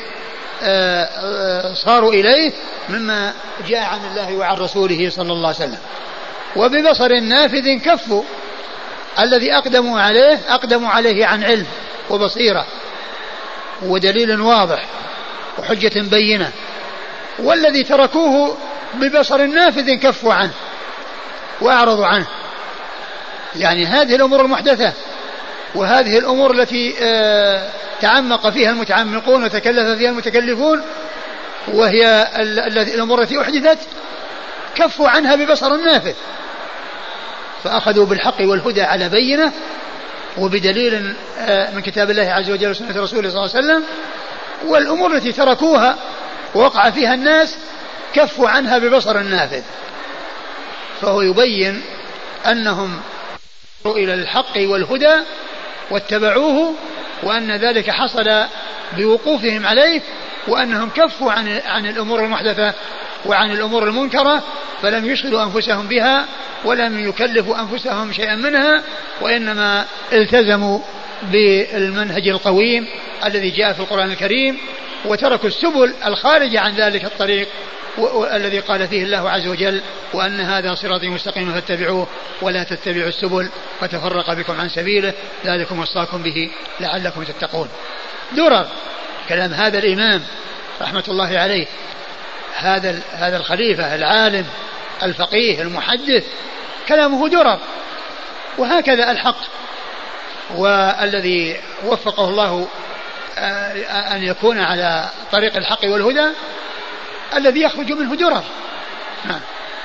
صاروا إليه مما جاء عن الله وعن رسوله صلى الله عليه وسلم. وببصر نافذ كفوا، الذي أقدموا عليه أقدموا عليه عن علم وبصيرة ودليل واضح وحجة بينة، والذي تركوه ببصر نافذ كفوا عنه وأعرضوا عنه. يعني هذه الأمور المحدثة وهذه الأمور التي تعمق فيها المتعمقون وتكلف فيها المتكلفون، وهي الأمور التي أحدثت كفوا عنها ببصر نافذ، فأخذوا بالحق والهدى على بينة وبدليل من كتاب الله عز وجل وسنة رسوله صلى الله عليه وسلم. والأمور التي تركوها ووقع فيها الناس كفوا عنها ببصر نافذ. فهو يبين أنهم إلى الحق والهدى واتبعوه، وأن ذلك حصل بوقوفهم عليه، وأنهم كفوا عن عن الأمور المحدثة وعن الأمور المنكرة، فلم يشغلوا أنفسهم بها ولم يكلفوا أنفسهم شيئا منها، وإنما التزموا بالمنهج القويم الذي جاء في القرآن الكريم، وتركوا السبل الخارجة عن ذلك الطريق الذي قال فيه الله عز وجل وأن هذا صراطي مستقيم فاتبعوه ولا تتبعوا السبل فتفرق بكم عن سبيله ذلكم وصاكم به لعلكم تتقون. درر كلام هذا الإمام رحمة الله عليه، هذا هذا الخليفة العالم الفقيه المحدث، كلامه درر. وهكذا الحق، والذي وفقه الله أن يكون على طريق الحق والهدى الذي يخرج منه درر. نعم.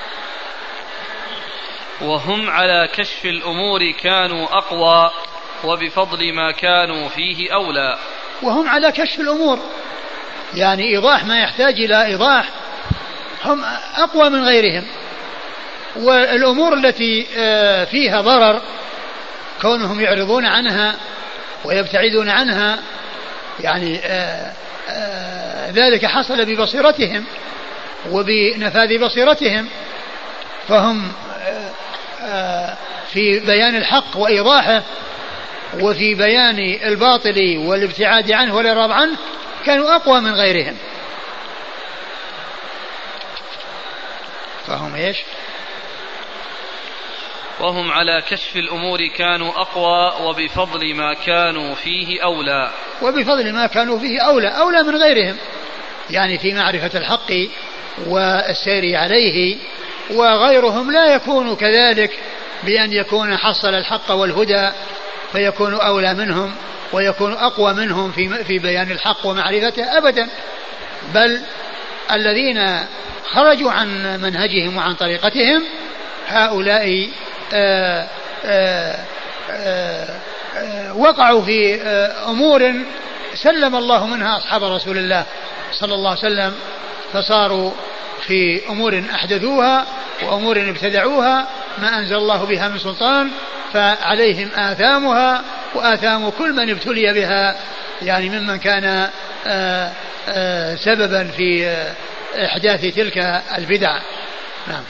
وهم على كشف الأمور كانوا أقوى وبفضل ما كانوا فيه أولى. وهم على كشف الأمور، يعني إيضاح ما يحتاج إلى إيضاح، هم أقوى من غيرهم. والأمور التي فيها ضرر كونهم يعرضون عنها ويبتعدون عنها، يعني آآ آآ ذلك حصل ببصيرتهم وبنفاذ بصيرتهم، فهم آآ آآ في بيان الحق وإيضاحه وفي بيان الباطل والابتعاد عنه والإعراض عنه كانوا أقوى من غيرهم. فهم إيش؟ وهم على كشف الأمور كانوا أقوى وبفضل ما كانوا فيه أولى. وبفضل ما كانوا فيه أولى أولى من غيرهم، يعني في معرفة الحق والسير عليه، وغيرهم لا يكون كذلك بأن يكون حصل الحق والهدى فيكون أولى منهم ويكون أقوى منهم في في بيان الحق ومعرفته أبدا، بل الذين خرجوا عن منهجهم وعن طريقتهم هؤلاء آآ آآ آآ وقعوا في أمور سلم الله منها أصحاب رسول الله صلى الله عليه وسلم، فصاروا في أمور أحدثوها وأمور ابتدعوها ما أنزل الله بها من سلطان، فعليهم آثامها وآثام كل من ابتلي بها، يعني ممن كان آآ آآ سببا في إحداث تلك البدع. نعم.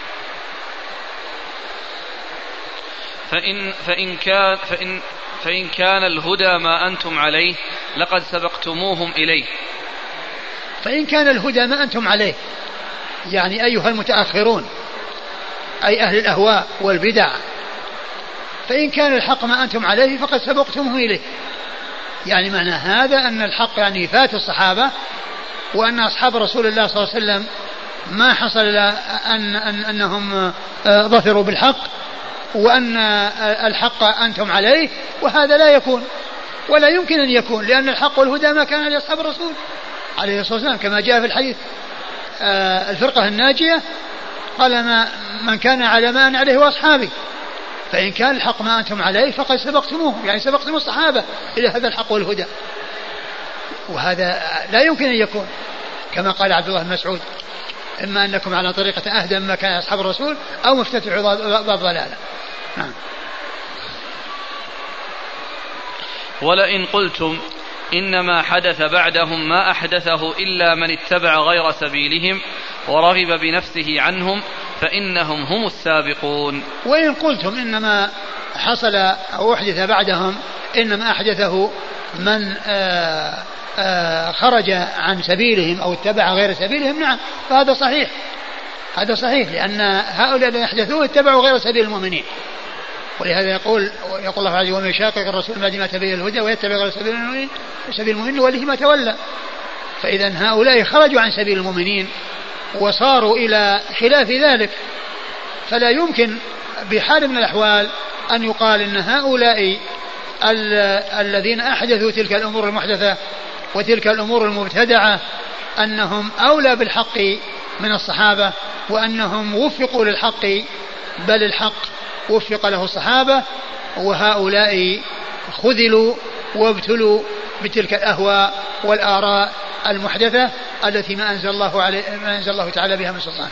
فإن, فإن, كان فإن, فإن كان الهدى ما أنتم عليه لقد سبقتموهم إليه. فإن كان الهدى ما أنتم عليه، يعني أيها المتأخرون أي أهل الأهواء والبدع، فإن كان الحق ما أنتم عليه فقد سبقتموه إليه، يعني معنى هذا أن الحق يعني فات الصحابة، وأن أصحاب رسول الله صلى الله عليه وسلم ما حصل أن أن أنهم ظفروا بالحق، وأن الحق أنتم عليه، وهذا لا يكون ولا يمكن أن يكون، لأن الحق والهدى ما كان على أصحاب الرسول عليه الصلاة والسلام، كما جاء في الحديث الفرقة الناجية قال ما من كان على ما أنا عليه وأصحابي، فإن كان الحق ما أنتم عليه فقد سبقتموه، يعني سبقتم الصحابة إلى هذا الحق والهدى، وهذا لا يمكن أن يكون، كما قال عبد الله بن مسعود إما أنكم على طريقة أهدى مما كان أصحاب الرسول أو مفتتحوا باب ضلالة. نعم. ولئن قلتم إنما حدث بعدهم ما أحدثه إلا من اتبع غير سبيلهم ورغب بنفسه عنهم فإنهم هم السابقون. وإن قلتم إنما حصل أو أحدث بعدهم إنما أحدثه من آآ آآ خرج عن سبيلهم أو اتبع غير سبيلهم، نعم، فهذا صحيح، هذا صحيح، لأن هؤلاء الذين أحدثوه اتبعوا غير سبيل المؤمنين، ولهذا يقول يقول الله عز وجل: ومن يشاقق الرسول بعد ما تبين الهدى ويتبع غير سبيل المؤمنين سبيل المؤمنين نوله ما تولى. فإذا هؤلاء خرجوا عن سبيل المؤمنين وصاروا إلى خلاف ذلك، فلا يمكن بحال من الأحوال أن يقال إن هؤلاء الذين أحدثوا تلك الأمور المحدثة وتلك الأمور المبتدعة أنهم أولى بالحق من الصحابة، وأنهم وفقوا للحق، بل الحق وفق له الصحابة، وهؤلاء خذلوا وابتلوا بتلك الأهواء والآراء المحدثة التي ما أنزل الله عليه ما أنزل الله تعالى بها من سلطان.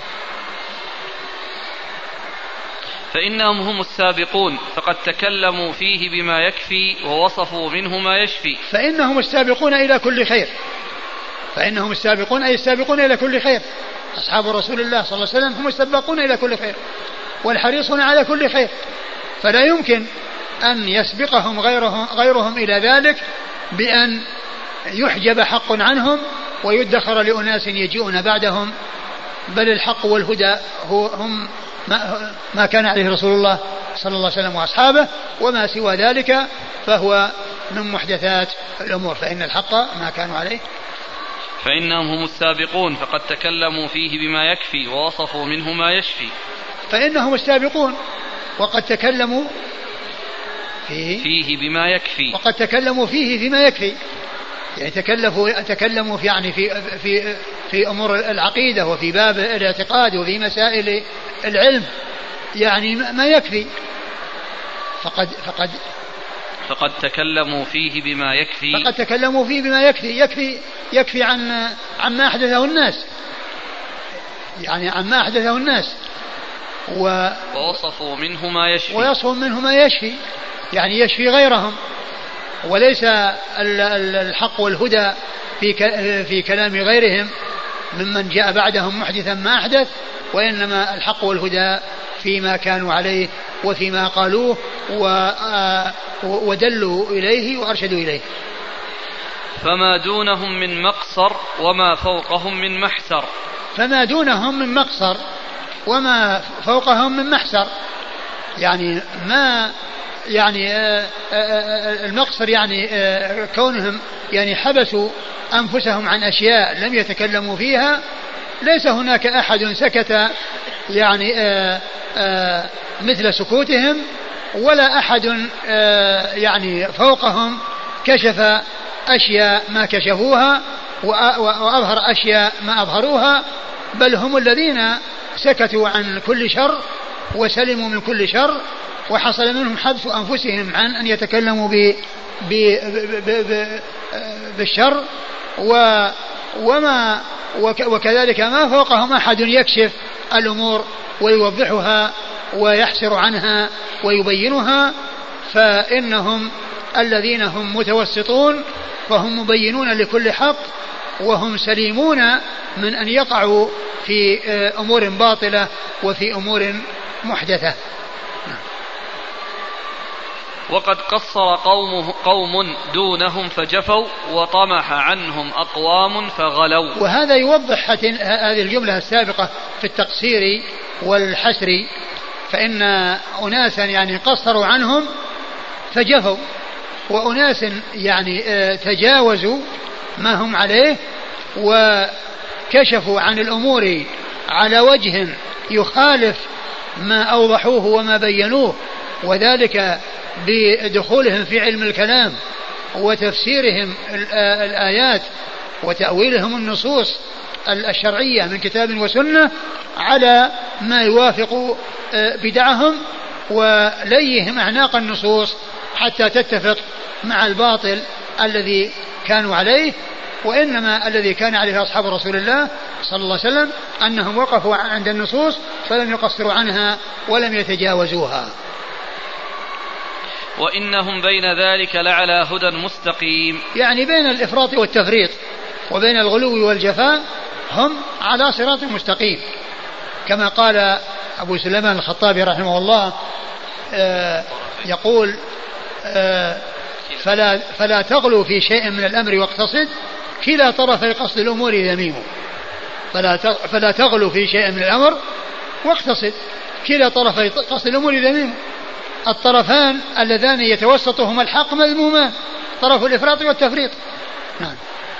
فإنهم هم السابقون فقد تكلموا فيه بما يكفي ووصفوا منه ما يشفي. فإنهم السابقون إلى كل خير، فإنهم السابقون أي السابقون إلى كل خير، أصحاب رسول الله صلى الله عليه وسلم هم السابقون إلى كل خير والحريصون على كل خير، فلا يمكن أن يسبقهم غيرهم, غيرهم إلى ذلك بأن يحجب حق عنهم ويدخر لأناس يجيئون بعدهم، بل الحق والهدى هو هم ما, ما كان عليه رسول الله صلى الله عليه وسلم وأصحابه، وما سوى ذلك فهو من محدثات الأمور، فإن الحق ما كانوا عليه. فإنهم هم السابقون فقد تكلموا فيه بما يكفي ووصفوا منه ما يشفي. فإنهم السابقون وقد تكلموا فيه, فيه بما يكفي وقد تكلموا فيه فيما يكفي، يعني تكلفوا تكلموا في يعني في في في أمور العقيدة وفي باب الاعتقاد وفي مسائل العلم، يعني ما يكفي، فقد فقد فقد تكلموا فيه بما يكفي فقد تكلموا فيه بما يكفي يكفي يكفي عن عما أحدثه الناس، يعني عما أحدثه الناس و ووصفوا منه ما يشفي ويصفوا منه ما يشفي، يعني يشفي غيرهم، وليس الحق والهدى في في كلام غيرهم ممن جاء بعدهم محدثا ما أحدث، وإنما الحق والهدى فيما كانوا عليه وفيما قالوه ودلوا إليه وأرشدوا إليه. فما دونهم من مقصر وما فوقهم من محسر. فما دونهم من مقصر وما فوقهم من محسر. يعني ما يعني المقصر يعني كونهم يعني حبسوا أنفسهم عن أشياء لم يتكلموا فيها، ليس هناك أحد سكت يعني آآ آآ مثل سكوتهم، ولا أحد يعني فوقهم كشف أشياء ما كشفوها وأظهر أشياء ما أظهروها، بل هم الذين سكتوا عن كل شر وسلموا من كل شر، وحصل منهم حبس أنفسهم عن أن يتكلموا ب ب ب ب بالشر، وما وكذلك ما فوقهم أحد يكشف الأمور ويوضحها ويحسر عنها ويبينها، فإنهم الذين هم متوسطون فهم مبينون لكل حق، وهم سليمون من أن يقعوا في أمور باطلة وفي أمور محدثة. وقد قصر قوم, قوم دونهم فجفوا وطمح عنهم أقوام فغلوا. وهذا يوضح هذه الجملة السابقة في التقصير والحسر، فإن أناسا يعني قصروا عنهم فجفوا، وأناس يعني تجاوزوا ما هم عليه وكشفوا عن الأمور على وجه يخالف ما أوضحوه وما بينوه، وذلك بدخولهم في علم الكلام وتفسيرهم الآيات وتأويلهم النصوص الشرعية من كتاب وسنة على ما يوافق بدعهم، وليهم أعناق النصوص حتى تتفق مع الباطل الذي كانوا عليه. وإنما الذي كان عليه أصحاب رسول الله صلى الله عليه وسلم أنهم وقفوا عند النصوص فلم يقصروا عنها ولم يتجاوزوها. وإنهم بين ذلك لعلى هدى مستقيم، يعني بين الإفراط والتفريط وبين الغلو والجفاء هم على صراط مستقيم، كما قال أبو سليمان الخطابي رحمه الله آه يقول آه فلا, فلا تغلو في شيء من الأمر واقتصد، كلا طرفي قصد الأمور ذميم. فلا, فلا تغلو في شيء من الأمر واقتصد، كلا طرفي قصد الأمور ذميم. الطرفان اللذان يتوسطهما الحق مذمومان، طرف الإفراط والتفريط. نعم.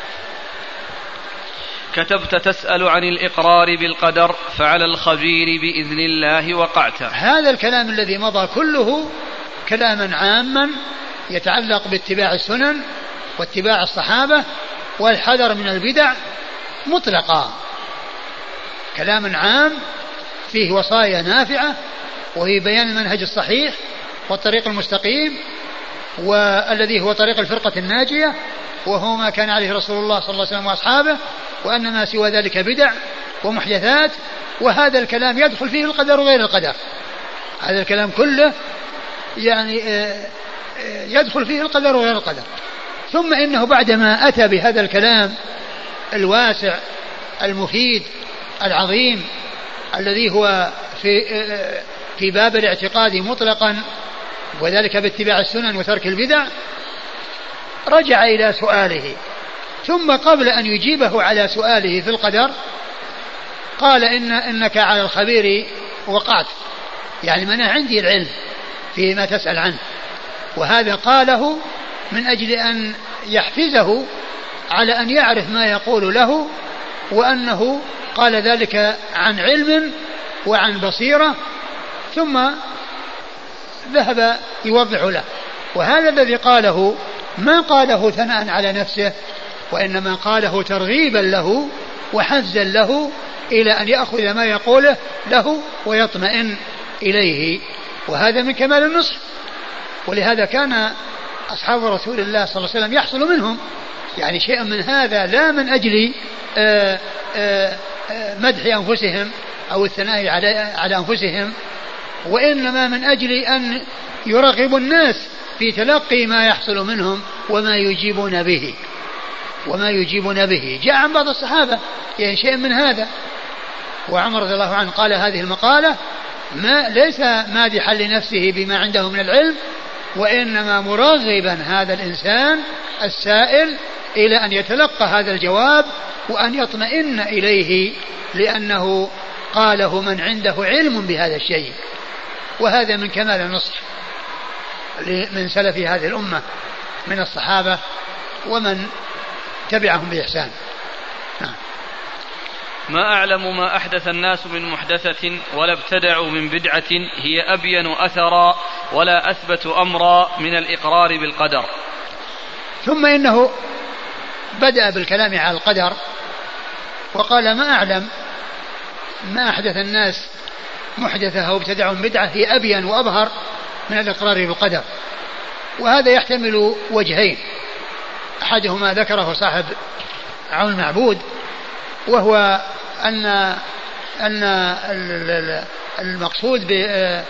كتبت تسأل عن الإقرار بالقدر فعلى الخبير بإذن الله وقعت. هذا الكلام الذي مضى كله كلاما عاما يتعلق باتباع السنن واتباع الصحابة والحذر من البدع مطلقا، كلام عام فيه وصايا نافعة وهي بيان المنهج الصحيح والطريق المستقيم والذي هو طريق الفرقة الناجية، وهو ما كان عليه رسول الله صلى الله عليه وسلم وأصحابه، وأن ما سوى ذلك بدع ومحدثات. وهذا الكلام يدخل فيه القدر وغير القدر، هذا الكلام كله يعني يدخل فيه القدر وغير القدر. ثم إنه بعدما أتى بهذا الكلام الواسع المفيد العظيم الذي هو في في باب الاعتقاد مطلقا، وذلك باتباع السنن وترك البدع، رجع إلى سؤاله، ثم قبل أن يجيبه على سؤاله في القدر قال إن إنك على الخبير وقعت، يعني من عندي العلم فيما تسأل عنه. وهذا قاله من أجل أن يحفزه على أن يعرف ما يقول له، وأنه قال ذلك عن علم وعن بصيرة، ثم ذهب يوضح له. وهذا الذي قاله ما قاله ثناء على نفسه، وإنما قاله ترغيبا له وحفزا له إلى أن يأخذ ما يقوله له ويطمئن إليه، وهذا من كمال النصح. ولهذا كان أصحاب رسول الله صلى الله عليه وسلم يحصل منهم يعني شيء من هذا، لا من أجل آآ آآ مدح أنفسهم أو الثناء على أنفسهم، وإنما من أجل أن يرغب الناس في تلقي ما يحصل منهم وما يجيبون به وما يجيبون به. جاء عن بعض الصحابة يعني شيء من هذا، وعمر رضي الله عنه قال هذه المقالة ما ليس مادحا لنفسه بما عنده من العلم، وإنما مرغبا هذا الإنسان السائل إلى أن يتلقى هذا الجواب وأن يطمئن إليه، لأنه قاله من عنده علم بهذا الشيء، وهذا من كمال النصح من سلف هذه الأمة من الصحابة ومن تبعهم بإحسان. نعم. ما أعلم ما أحدث الناس من محدثة ولا ابتدعوا من بدعة هي أبين أثرا ولا أثبت أمرا من الإقرار بالقدر. ثم إنه بدأ بالكلام على القدر وقال ما أعلم ما أحدث الناس محدثة أو ابتدعوا من بدعة هي أبين وأظهر من الإقرار بالقدر. وهذا يحتمل وجهين، أحدهما ذكره صاحب عون المعبود، وهو أن أن المقصود بأن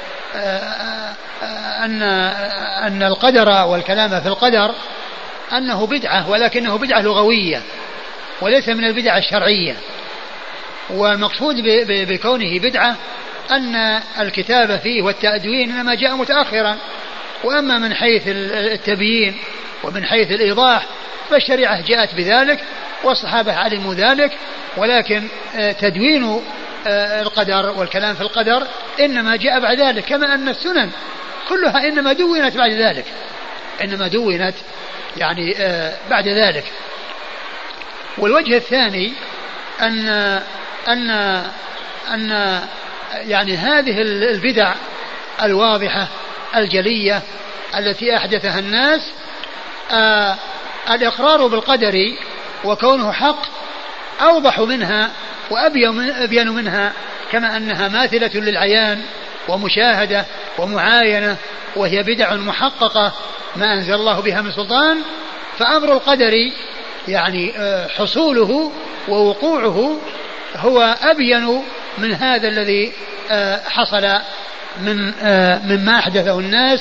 أن القدر والكلام في القدر أنه بدعة، ولكنه بدعة لغوية وليس من البدع الشرعية. والمقصود بكونه بدعة أن الكتابة فيه والتأدوين إنما جاء متأخرا، وأما من حيث التبيين ومن حيث الإيضاح فالشريعة جاءت بذلك والصحابة علموا ذلك، ولكن تدوين القدر والكلام في القدر إنما جاء بعد ذلك، كما أن السنن كلها إنما دونت بعد ذلك إنما دونت يعني بعد ذلك. والوجه الثاني أن أن أن يعني هذه البدع الواضحة الجلية التي أحدثها الناس آه الإقرار بالقدر وكونه حق أوضح منها وأبين منها، كما أنها ماثلة للعيان ومشاهدة ومعاينة، وهي بدع محققة ما أنزل الله بها من سلطان. فأمر القدر يعني حصوله ووقوعه هو أبين من هذا الذي حصل من مما أحدثه الناس.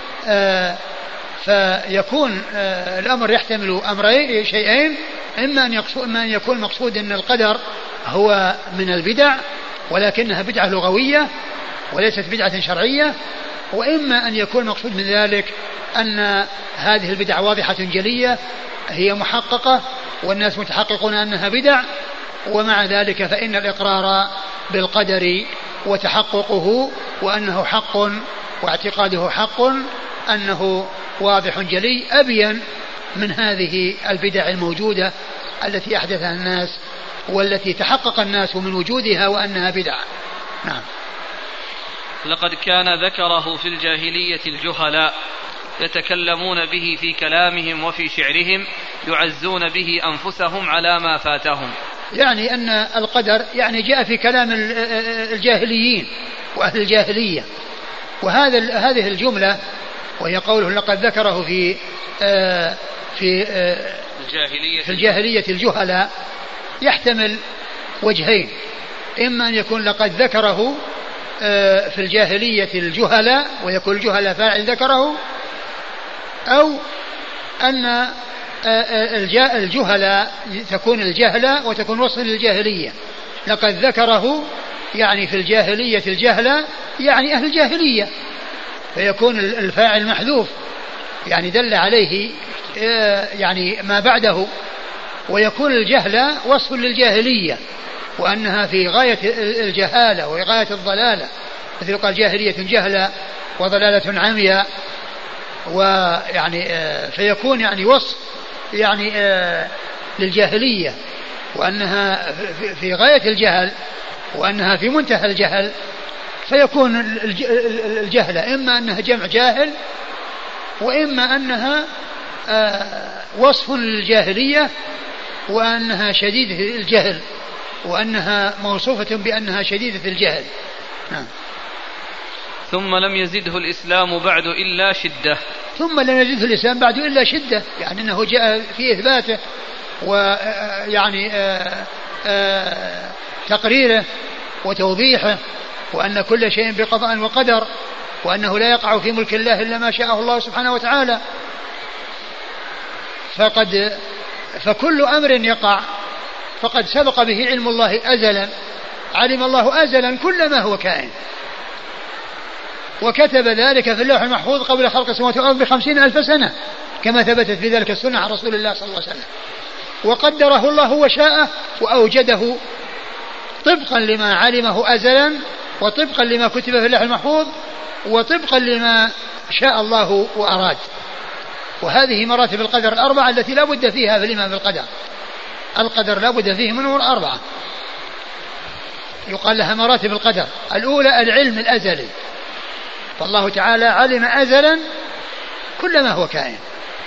فيكون الأمر يحتمل أمرين شيئين، إما أن, إما أن يكون مقصود أن القدر هو من البدع ولكنها بدعة لغوية وليست بدعة شرعية، وإما أن يكون مقصود من ذلك أن هذه البدع واضحة جلية هي محققة والناس متحققون أنها بدع، ومع ذلك فإن الإقرار بالقدر وتحققه وأنه حق واعتقاده حق أنه واضح جلي أبين من هذه البدع الموجودة التي أحدثها الناس والتي تحقق الناس من وجودها وأنها بدع. نعم. لقد كان ذكره في الجاهلية الجهلاء يتكلمون به في كلامهم وفي شعرهم يعزون به أنفسهم على ما فاتهم. يعني أن القدر يعني جاء في كلام الجاهليين وأهل الجاهلية، وهذا هذه الجملة وهي قوله لقد ذكره في آه في آه الجاهلية في الجاهلية الجهلاء يحتمل وجهين، إما أن يكون لقد ذكره آه في الجاهلية الجهلاء ويكون الجهلاء فاعل ذكره، أو أن الجهلاء تكون الجهلة وتكون وصف للجاهلية. لقد ذكره يعني في الجاهلية الجهلة يعني أهل الجاهلية، فيكون الفاعل محذوف يعني دل عليه يعني ما بعده، ويكون الجهلة وصف للجاهلية وأنها في غاية الجهالة وفي غاية الضلالة، مثل قال جاهلية جهلة وضلالة عمياء، ويعني فيكون يعني وصف يعني للجاهلية وأنها في غاية الجهل وأنها في منتهى الجهل، فيكون الجهلة إما أنها جمع جاهل وإما أنها وصف للجاهلية وأنها شديدة الجهل وأنها موصوفة بأنها شديدة الجهل. نعم. ثم لم يزده الإسلام بعد إلا شدة. ثم لم يزده الإسلام بعد إلا شدة، يعني أنه جاء في إثباته ويعني تقريره وتوضيحه، وأن كل شيء بقضاء وقدر، وأنه لا يقع في ملك الله إلا ما شاءه الله سبحانه وتعالى. فقد فكل أمر يقع فقد سبق به علم الله أزلا، علم الله أزلا كل ما هو كائن، وكتب ذلك في اللوح المحفوظ قبل خلق السماوات والأرض بخمسين ألف سنة، كما ثبتت في ذلك السنة عن رسول الله صلى الله عليه وسلم. وقدره الله وشاءه وأوجده طبقا لما علمه أزلا، وطبقا لما كتب في اللوح المحفوظ، وطبقا لما شاء الله وأراد. وهذه مراتب القدر الأربعة التي لا بد فيها في الإيمان بالقدر. القدر لا بد فيه من أمور أربعة يقال لها مراتب القدر. الأولى العلم الأزلي، فالله تعالى علم أزلا كل ما هو كائن،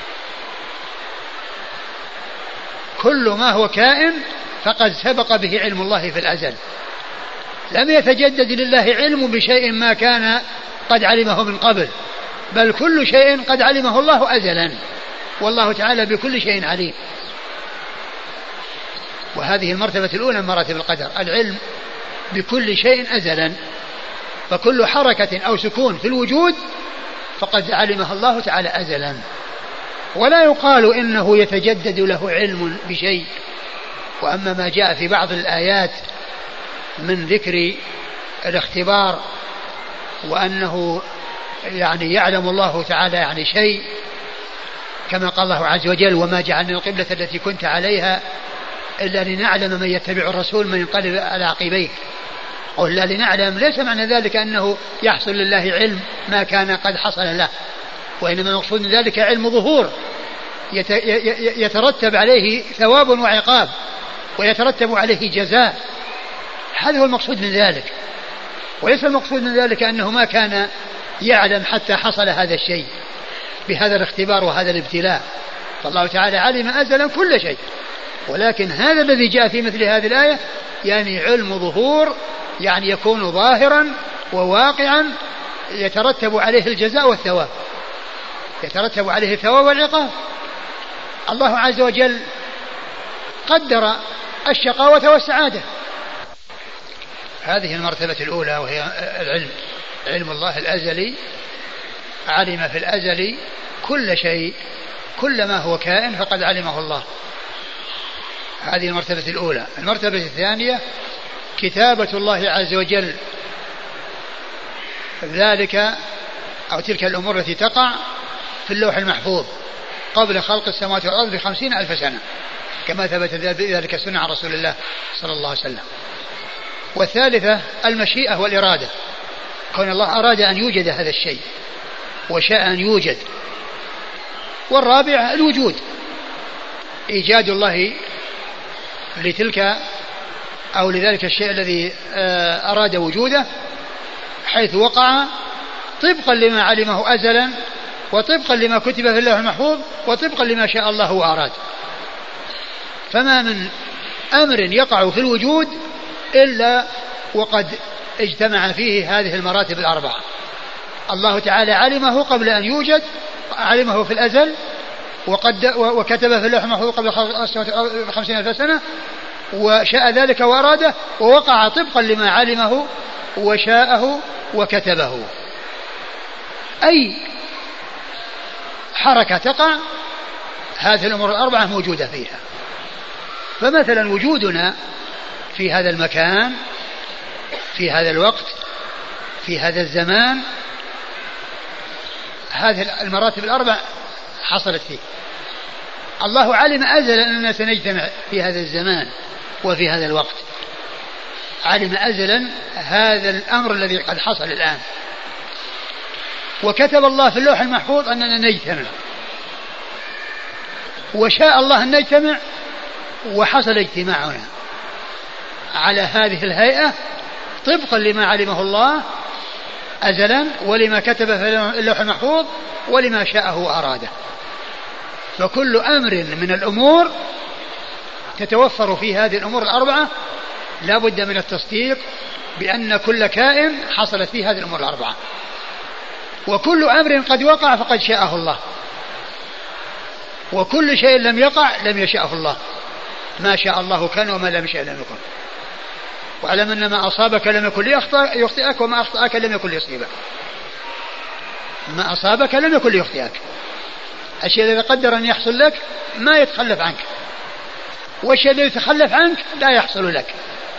كل ما هو كائن فقد سبق به علم الله في الأزل. لم يتجدد لله علم بشيء ما كان قد علمه من قبل، بل كل شيء قد علمه الله أزلا، والله تعالى بكل شيء عليم. وهذه المرتبة الأولى من مراتب القدر، العلم بكل شيء أزلا، فكل حركة أو سكون في الوجود فقد علمها الله تعالى أزلا. ولا يقال إنه يتجدد له علم بشيء. وأما ما جاء في بعض الآيات من ذكر الاختبار وأنه يعني يعلم الله تعالى يعني شيء، كما قال الله عز وجل: وما جعلنا القبلة التي كنت عليها إلا لنعلم من يتبع الرسول من ينقلب على عقبيه. قل لنعلم ليس معنى ذلك أنه يحصل لله علم ما كان قد حصل له، وإنما المقصود من ذلك علم ظهور يترتب عليه ثواب وعقاب ويترتب عليه جزاء. هذا هو المقصود من ذلك، وليس المقصود من ذلك أنه ما كان يعلم حتى حصل هذا الشيء بهذا الاختبار وهذا الابتلاء. فالله تعالى علم أزلا كل شيء، ولكن هذا الذي جاء في مثل هذه الآية يعني علم ظهور، يعني يكون ظاهرا وواقعا يترتب عليه الجزاء والثواب، يترتب عليه الثواب والعقاب. الله عز وجل قدر الشقاوة والسعادة. هذه المرتبة الأولى وهي العلم، علم الله الأزلي، علم في الأزل كل شيء، كل ما هو كائن فقد علمه الله. هذه المرتبة الأولى. المرتبة الثانية كتابة الله عز وجل ذلك أو تلك الأمور التي تقع في اللوح المحفوظ قبل خلق السماوات والأرض بخمسين ألف سنة، كما ثبت ذلك السنة عن رسول الله صلى الله عليه وسلم. والثالثة المشيئة والإرادة، كون الله أراد أن يوجد هذا الشيء وشاء أن يوجد. والرابعة الوجود، إيجاد الله لتلك أو لذلك الشيء الذي أراد وجوده حيث وقع طبقا لما علمه أزلا، وطبقا لما كتب في اللوح المحفوظ، وطبقا لما شاء الله وأراد. فما من أمر يقع في الوجود إلا وقد اجتمع فيه هذه المراتب الأربعة. الله تعالى علمه قبل أن يوجد، علمه في الأزل، وقد وكتب في اللوح المحفوظ قبل خمسين ألف سنة، وشاء ذلك وأراده، ووقع طبقا لما علمه وشاءه وكتبه. أي حركة تقع هذه الأمور الأربعة موجودة فيها. فمثلا وجودنا في هذا المكان، في هذا الوقت، في هذا الزمان، هذه المراتب الأربع حصلت فيه. الله علم أزلا أننا سنجتمع في هذا الزمان وفي هذا الوقت، علم أزلا هذا الأمر الذي قد حصل الآن، وكتب الله في اللوح المحفوظ أننا نجتمع، وشاء الله أن نجتمع، وحصل اجتماعنا على هذه الهيئة طبقا لما علمه الله أزلا، ولما كتب في اللوح المحفوظ، ولما شاءه وأراده. فكل أمر من الأمور تتوفر في هذه الأمور الأربعة لا بد من التصديق بأن كل كائن حصلت فيه هذه الأمور الأربعة. وكل أمر قد وقع فقد شاءه الله، وكل شيء لم يقع لم يشاءه الله. ما شاء الله كان وما لم يشاء لم يكن. واعلم أن ما أصابك لم يكن ليخطئك، وما أخطأك لم يكن ليصيبك. ما أصابك لم يكن ليخطئك. الشيء الذي قدر أن يحصل لك ما يتخلف عنك، والشيء الذي يتخلف عنك لا يحصل لك.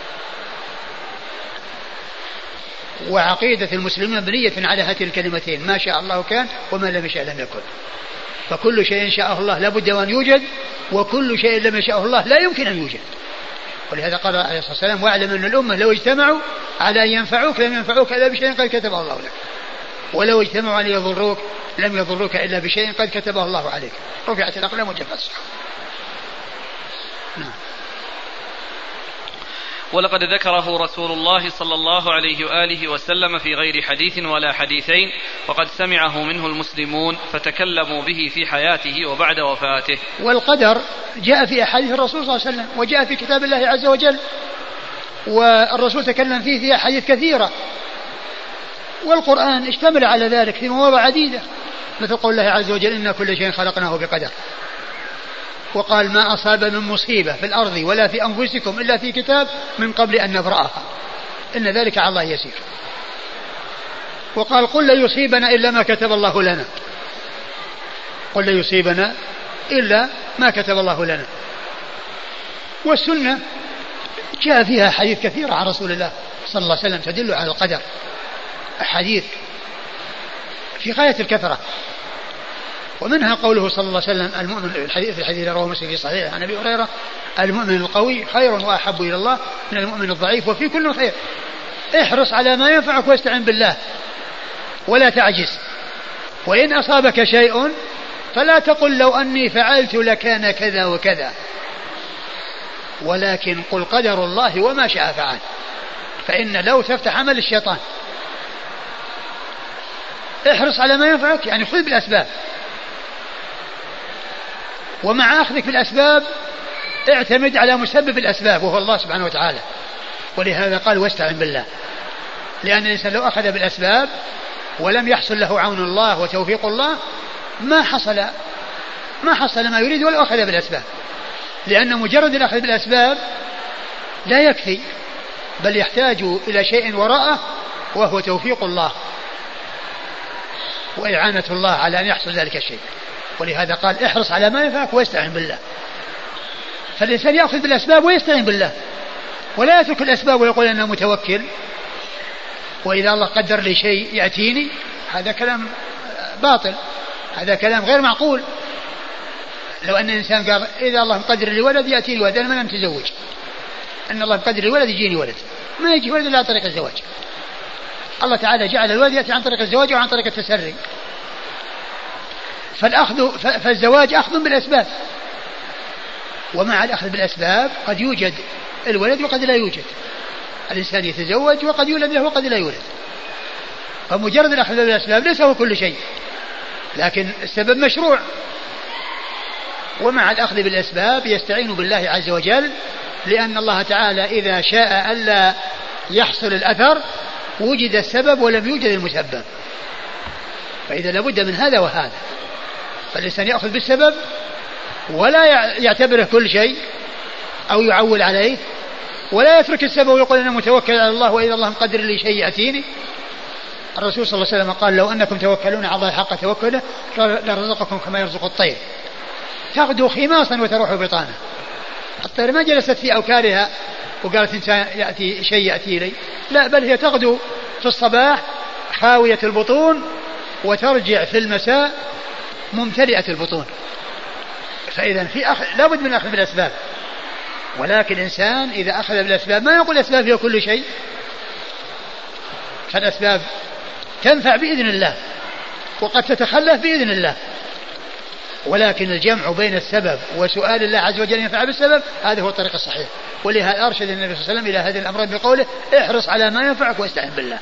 وعقيدة المسلمين مبنية على هاتين الكلمتين: ما شاء الله كان وما لم يشاء لم يكن. فكل شيء شاءه الله لا بد وأن يوجد، وكل شيء لم يشاءه الله لا يمكن أن يوجد. ولهذا قال عليه الصلاة والسلام واعلم أن الأمة لو اجتمعوا على أن ينفعوك لم ينفعوك إلا بشيء قد كتبه الله لك، ولو اجتمعوا على أن يضروك لم يضروك إلا بشيء قد كتبه الله عليك. رفعت الأقلام وجفت الصحف. نعم. ولقد ذكره رسول الله صلى الله عليه وآله وسلم في غير حديث ولا حديثين، وقد سمعه منه المسلمون فتكلموا به في حياته وبعد وفاته. والقدر جاء في أحاديث الرسول صلى الله عليه وسلم وجاء في كتاب الله عز وجل، والرسول تكلم فيه في أحاديث كثيرة، والقرآن اشتمل على ذلك في مواضع عديدة، مثل قول الله عز وجل إن كل شيء خلقناه بقدر، وقال ما أصاب من مصيبة في الأرض ولا في أنفسكم إلا في كتاب من قبل أن نبرأها إن ذلك على الله يسير. وقال قل لا يصيبنا إلا ما كتب الله لنا، قل لا يصيبنا إلا ما كتب الله لنا. والسنة جاء فيها حديث كثيرة عن رسول الله صلى الله عليه وسلم تدل على القدر، أحاديث في غاية الكثرة، ومنها قوله صلى الله عليه وسلم المؤمن في الحديث الذي رواه مسلم في صحيح عن أبي هريرة المؤمن القوي خير وأحب إلى الله من المؤمن الضعيف وفي كل خير. احرص على ما ينفعك واستعن بالله ولا تعجز، وإن أصابك شيء فلا تقل لو أني فعلت لكان كذا وكذا، ولكن قل قدر الله وما شاء فعل، فإن لو تفتح عمل الشيطان. احرص على ما ينفعك يعني خذ بالأسباب، ومع أخذك بالأسباب اعتمد على مسبب الأسباب وهو الله سبحانه وتعالى. ولهذا قال واستعن بالله، لأن الإنسان لو أخذ بالأسباب ولم يحصل له عون الله وتوفيق الله ما حصل ما حصل ما يريد ولو أخذ بالأسباب، لأن مجرد الأخذ بالأسباب لا يكفي، بل يحتاج إلى شيء وراءه وهو توفيق الله وإعانة الله على أن يحصل ذلك الشيء. ولهذا قال احرص على ما ينفعك واستعن بالله. فالإنسان يأخذ بالأسباب ويستعين بالله، ولا يترك الأسباب ويقول أنه متوكل وإذا الله قدر لي شيء يأتيني، هذا كلام باطل، هذا كلام غير معقول. لو أن الإنسان قال إذا الله مقدر لي ولد يأتيني ولد، أنا ما لم تزوج، أن الله مقدر لي ولد يجيني ولد، ما يجي ولد إلا عن طريق الزواج. الله تعالى جعل الولد يأتي عن طريق الزواج وعن طريق التسري. فالأخذ فالزواج أخذ بالأسباب، ومع الأخذ بالأسباب قد يوجد الولد وقد لا يوجد، الإنسان يتزوج وقد يولد له وقد لا يولد. فمجرد الأخذ بالأسباب ليس هو كل شيء، لكن السبب مشروع. ومع الأخذ بالأسباب يستعين بالله عز وجل، لأن الله تعالى إذا شاء ألا يحصل الأثر وجد السبب ولم يوجد المسبب، فإذا لابد من هذا وهذا. فالإنسان يأخذ بالسبب ولا يعتبره كل شيء أو يعول عليه، ولا يترك السبب ويقول أنا متوكل على الله وإذا الله مقدر لي شيء يأتيني. الرسول صلى الله عليه وسلم قال لو أنكم توكلون على الله حق توكله لرزقكم كما يرزق الطير تغدو خماصا وتروح بطانا. الطير ما جلست في أوكارها وقالت إنسان يأتي شيء يأتي لي، لا، بل هي تغدو في الصباح خاوية البطون وترجع في المساء ممتلئة البطون. فإذا في أخ... لابد من أخذ بالأسباب، ولكن الإنسان إذا أخذ بالأسباب ما يقول الأسباب هي كل شيء، فالأسباب تنفع بإذن الله وقد تتخلف بإذن الله، ولكن الجمع بين السبب وسؤال الله عز وجل ينفع بالسبب هذا هو الطريق الصحيح. ولهذا أرشد النبي صلى الله عليه وسلم إلى هذه الأمر بقوله احرص على ما ينفعك واستعن بالله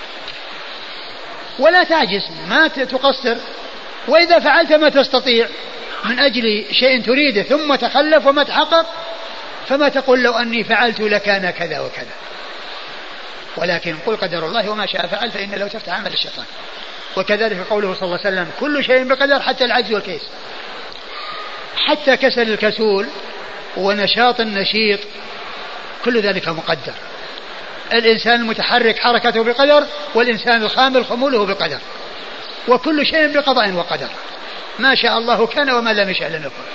ولا تعجز، ما تقصر، وإذا فعلت ما تستطيع من أجل شيء تريده ثم تخلف وما تحقق فما تقول لو أني فعلت لكان كذا وكذا، ولكن قل قدر الله وما شاء فعل، فإن لو تفتح عمل الشيطان. وكذلك قوله صلى الله عليه وسلم كل شيء بقدر حتى العجز والكيس، حتى كسل الكسول ونشاط النشيط كل ذلك مقدر. الإنسان المتحرك حركته بقدر، والإنسان الخامل خموله بقدر، وكل شيء بقضاء وقدر، ما شاء الله كان وما لم يشاء لم يكن.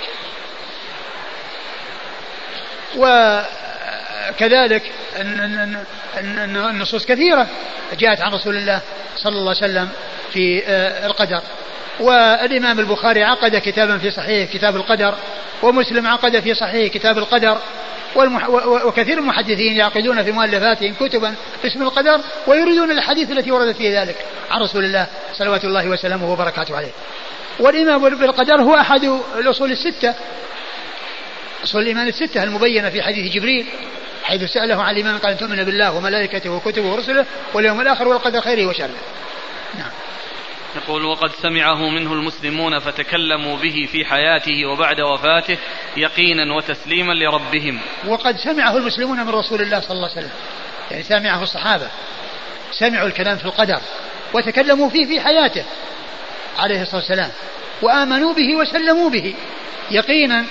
وكذلك النصوص كثيرة جاءت عن رسول الله صلى الله عليه وسلم في القدر. والإمام البخاري عقد كتابا في صحيح كتاب القدر، ومسلم عقد في صحيح كتاب القدر، وكثير من المحدثين يعقدون في مؤلفاتهم كتبا باسم القدر ويريدون الحديث التي وردت في ذلك عن رسول الله صلوات الله وسلامه وبركاته عليه. والإيمان بالقدر هو أحد الأصول الستة، أصول الإيمان الستة المبينة في حديث جبريل حيث سأله عن الإيمان قال تؤمن بالله وملائكته وكتبه ورسله واليوم الآخر والقدر خيره وشره. نعم. يقول وقد سمعه منه المسلمون فتكلموا به في حياته وبعد وفاته يقينا وتسليما لربهم. وقد سمعه المسلمون من رسول الله صلى الله عليه وسلم، يعني سمعه الصحابة، سمعوا الكلام في القدر وتكلموا فيه في حياته عليه الصلاة والسلام وآمنوا به وسلموا به يقينا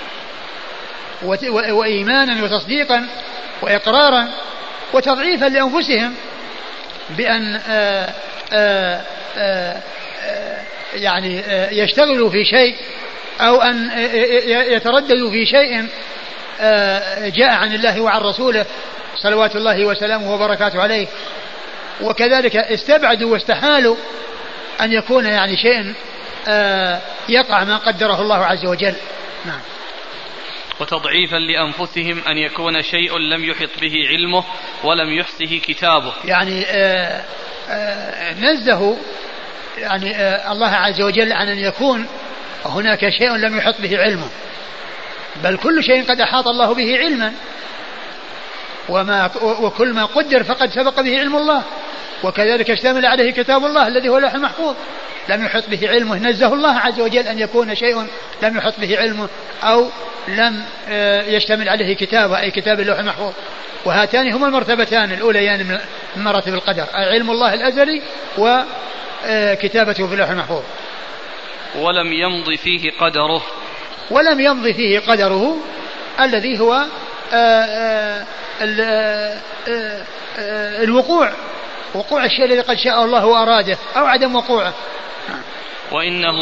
وإيمانا وتصديقا وإقرارا وتضعيفا لأنفسهم بأن آآ آآ آآ يعني يشتغلوا في شيء أو أن يترددوا في شيء جاء عن الله وعن رسوله صلوات الله وسلامه وبركاته عليه. وكذلك استبعدوا واستحالوا أن يكون يعني شيء يقع ما قدره الله عز وجل. نعم. وتضعيفا لأنفسهم أن يكون شيء لم يحط به علمه ولم يحصه كتابه، يعني آآ آآ نزه يعني الله عز وجل عن أن يكون هناك شيء لم يحط به علمه، بل كل شيء قد أحاط الله به علما، وما وكل ما قدر فقد سبق به علم الله، وكذلك اشتمل عليه كتاب الله الذي هو اللوح المحفوظ لم يحط به علمه. نزه الله عز وجل أن يكون شيء لم يحط به علمه أو لم يشتمل عليه كتابه أي كتاب اللوح المحفوظ. وهاتان هما المرتبتان الأوليان من مراتب القدر، علم الله الأزلي وكتابته في اللوح المحفوظ. ولم يمض فيه قدره ولم يمض فيه قدره الذي هو الوقوع، وقوع الشيء الذي قد شاء الله وأراده أو عدم وقوعه. وإنه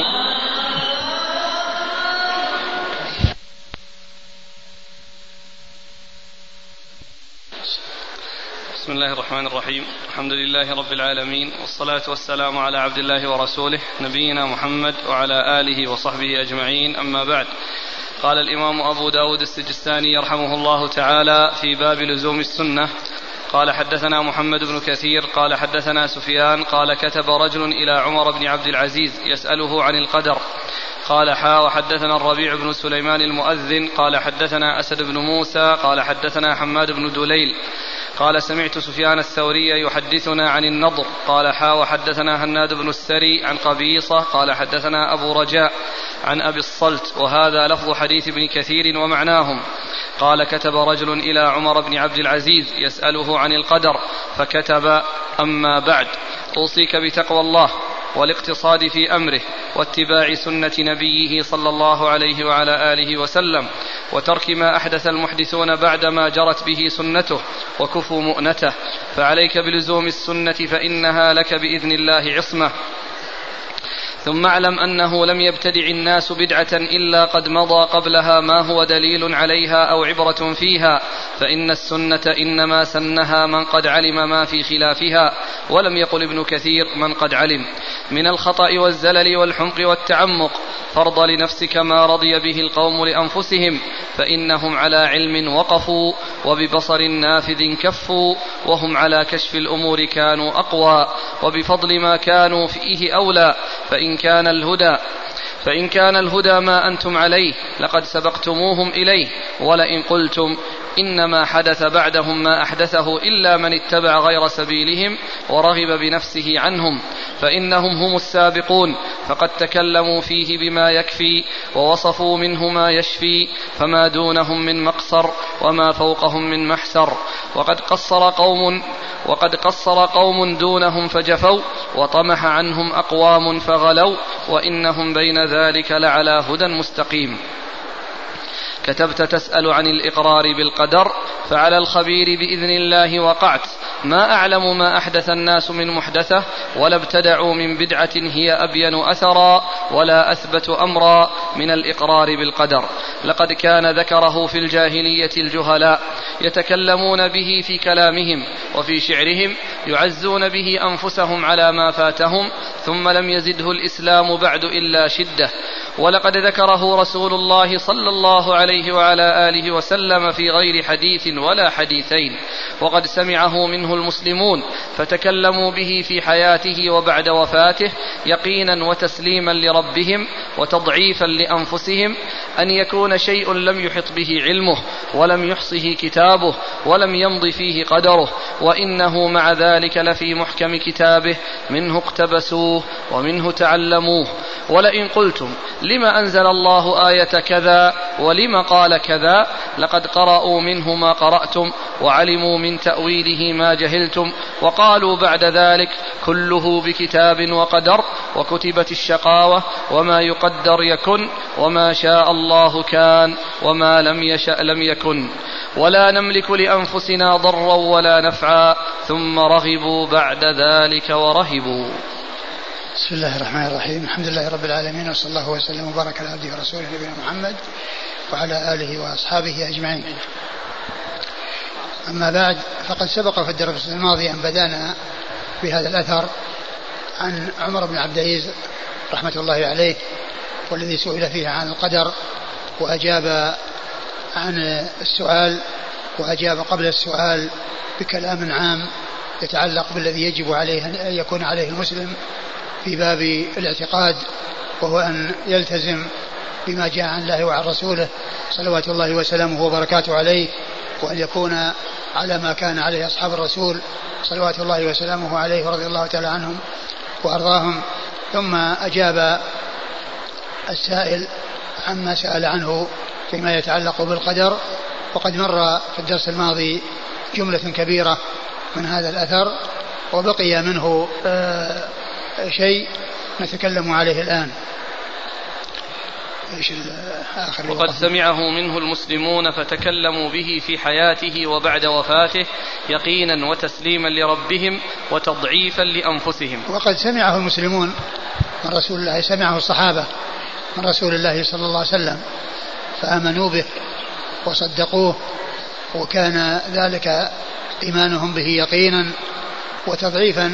بسم الله الرحمن الرحيم. الحمد لله رب العالمين، والصلاة والسلام على عبد الله ورسوله نبينا محمد وعلى آله وصحبه أجمعين، أما بعد. قال الإمام أبو داود السجستاني يرحمه الله تعالى في باب لزوم السنة قال حدثنا محمد بن كثير قال حدثنا سفيان قال كتب رجل إلى عمر بن عبد العزيز يسأله عن القدر قال حا وحدثنا الربيع بن سليمان المؤذن قال حدثنا أسد بن موسى قال حدثنا حماد بن دليل قال سمعت سفيان الثوري يحدثنا عن النضر قال حا وحدثنا هناد بن السري عن قبيصة قال حدثنا أبو رجاء عن أبي الصلت وهذا لفظ حديث ابن كثير ومعناهم. قال كتب رجل إلى عمر بن عبد العزيز يسأله عن القدر فكتب أما بعد أوصيك بتقوى الله والاقتصاد في أمره واتباع سنة نبيه صلى الله عليه وعلى آله وسلم وترك ما أحدث المحدثون بعدما جرت به سنته وكفوا مؤنته، فعليك بلزوم السنة فإنها لك بإذن الله عصمة. ثم اعلم أنه لم يبتدع الناس بدعة إلا قد مضى قبلها ما هو دليل عليها أو عبرة فيها، فإن السنة إنما سنها من قد علم ما في خلافها، ولم يقل ابن كثير من قد علم من الخطأ والزلل والحمق والتعمق، فرض لنفسك ما رضي به القوم لأنفسهم، فإنهم على علم وقفوا وببصر نافذ كفوا، وهم على كشف الأمور كانوا أقوى، وبفضل ما كانوا فيه أولى. فإن كان الهدى فإن كان الهدى ما أنتم عليه لقد سبقتموهم إليه، ولئن قلتم إنما حدث بعدهم ما أحدثه إلا من اتبع غير سبيلهم ورغب بنفسه عنهم، فإنهم هم السابقون، فقد تكلموا فيه بما يكفي ووصفوا منه ما يشفي، فما دونهم من مقصر وما فوقهم من محسر. وقد قصر قوم وقد قصر قوم دونهم فجفوا، وطمح عنهم أقوام فغلوا، وإنهم بين ذلك لعلى هدى مستقيم. كتبت تسأل عن الإقرار بالقدر، فعلى الخبير بإذن الله وقعت، ما أعلم ما أحدث الناس من محدثة، ولا ابتدعوا من بدعة هي أبين أثرا ولا أثبت أمرا من الإقرار بالقدر. لقد كان ذكره في الجاهلية الجهلاء يتكلمون به في كلامهم وفي شعرهم، يعزون به أنفسهم على ما فاتهم، ثم لم يزده الإسلام بعد إلا شدة، ولقد ذكره رسول الله صلى الله عليه وعلى آله وسلم في غير حديث ولا حديثين، وقد سمعه منه المسلمون فتكلموا به في حياته وبعد وفاته يقينا وتسليما لربهم وتضعيفا لأنفسهم، أن يكون شيء لم يحط به علمه ولم يحصه كتابه ولم يمض فيه قدره، وإنه مع ذلك لفي محكم كتابه منه اقتبسوه ومنه تعلموه. ولئن قلتم لما أنزل الله آية كذا ولما قال كذا، لقد قرأوا منه ما قرأتم وعلموا من تأويله ما جهلتم، وقالوا بعد ذلك كله بكتاب وقدر، وكتبت الشقاوة، وما يقدر يكن، وما شاء الله كان، وما لم يشأ لم يكن، ولا نملك لأنفسنا ضرا ولا نفعا، ثم رغبوا بعد ذلك ورهبوا. بسم الله الرحمن الرحيم. الحمد لله رب العالمين، وصلى الله وسلم وبارك على عبده ورسوله نبينا محمد وعلى آله وأصحابه أجمعين. أما بعد، فقد سبق في الدرس الماضي أن بدأنا بهذا الأثر عن عمر بن عبد العزيز رحمة الله عليه، والذي سئل فيه عن القدر وأجاب عن السؤال، وأجاب قبل السؤال بكلام عام يتعلق بالذي يجب عليه أن يكون عليه المسلم في باب الاعتقاد، وهو أن يلتزم بما جاء عن الله وعن رسوله صلوات الله وسلامه وبركاته عليه، وأن يكون على ما كان عليه أصحاب الرسول صلوات الله وسلامه عليه ورضي الله تعالى عنهم وأرضاهم. ثم أجاب السائل عما سأل عنه فيما يتعلق بالقدر، وقد مر في الدرس الماضي جملة كبيرة من هذا الأثر، وبقي منه آه شيء نتكلم عليه الآن. وقد سمعه منه المسلمون فتكلموا به في حياته وبعد وفاته يقينا وتسليما لربهم وتضعيفا لأنفسهم. وقد سمعه المسلمون من رسول الله، سمعه الصحابة من رسول الله صلى الله عليه وسلم فآمنوا به وصدقوه، وكان ذلك إيمانهم به يقينا وتضعيفا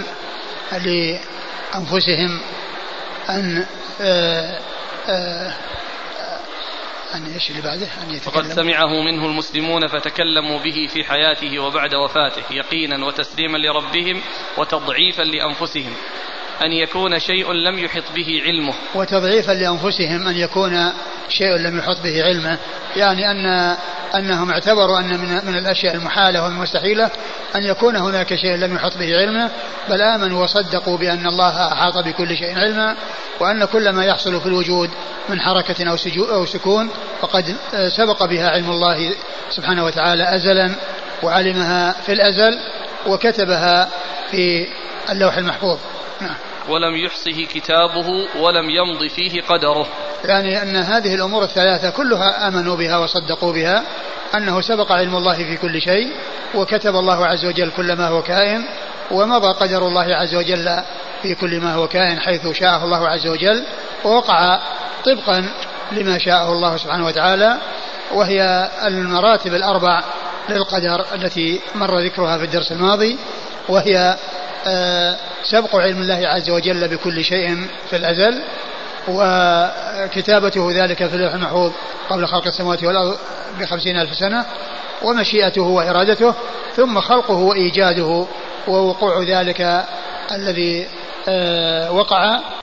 لأنفسهم أن آآ آآ أن إيش اللي بعده أن يتكلم. وقد سمعه منه المسلمون فتكلموا به في حياته وبعد وفاته يقينا وتسليما لربهم وتضعيفا لأنفسهم، أن يكون شيء لم يحط به علمه. وتضعيفا لأنفسهم أن يكون شيء لم يحط به علمه، يعني أن أنهم اعتبروا أن من, من الأشياء المحالة والمستحيلة أن يكون هناك شيء لم يحط به علمه، بل آمنوا وصدقوا بأن الله أحاط بكل شيء علما، وأن كل ما يحصل في الوجود من حركة أو سكون فقد سبق بها علم الله سبحانه وتعالى أزلا، وعلمها في الأزل وكتبها في اللوح المحفوظ. نعم. ولم يحصه كتابه ولم يمض فيه قدره، يعني أن هذه الأمور الثلاثة كلها آمنوا بها وصدقوا بها، أنه سبق علم الله في كل شيء، وكتب الله عز وجل كل ما هو كائن، ومضى قدر الله عز وجل في كل ما هو كائن حيث شاءه الله عز وجل، ووقع طبقا لما شاءه الله سبحانه وتعالى. وهي المراتب الأربع للقدر التي مر ذكرها في الدرس الماضي، وهي سبق علم الله عز وجل بكل شيء في الأزل، وكتابته ذلك في اللوح المحفوظ قبل خلق السماوات والأرض بخمسين ألف سنة، ومشيئته وإرادته، ثم خلقه وإيجاده ووقوع ذلك الذي وقع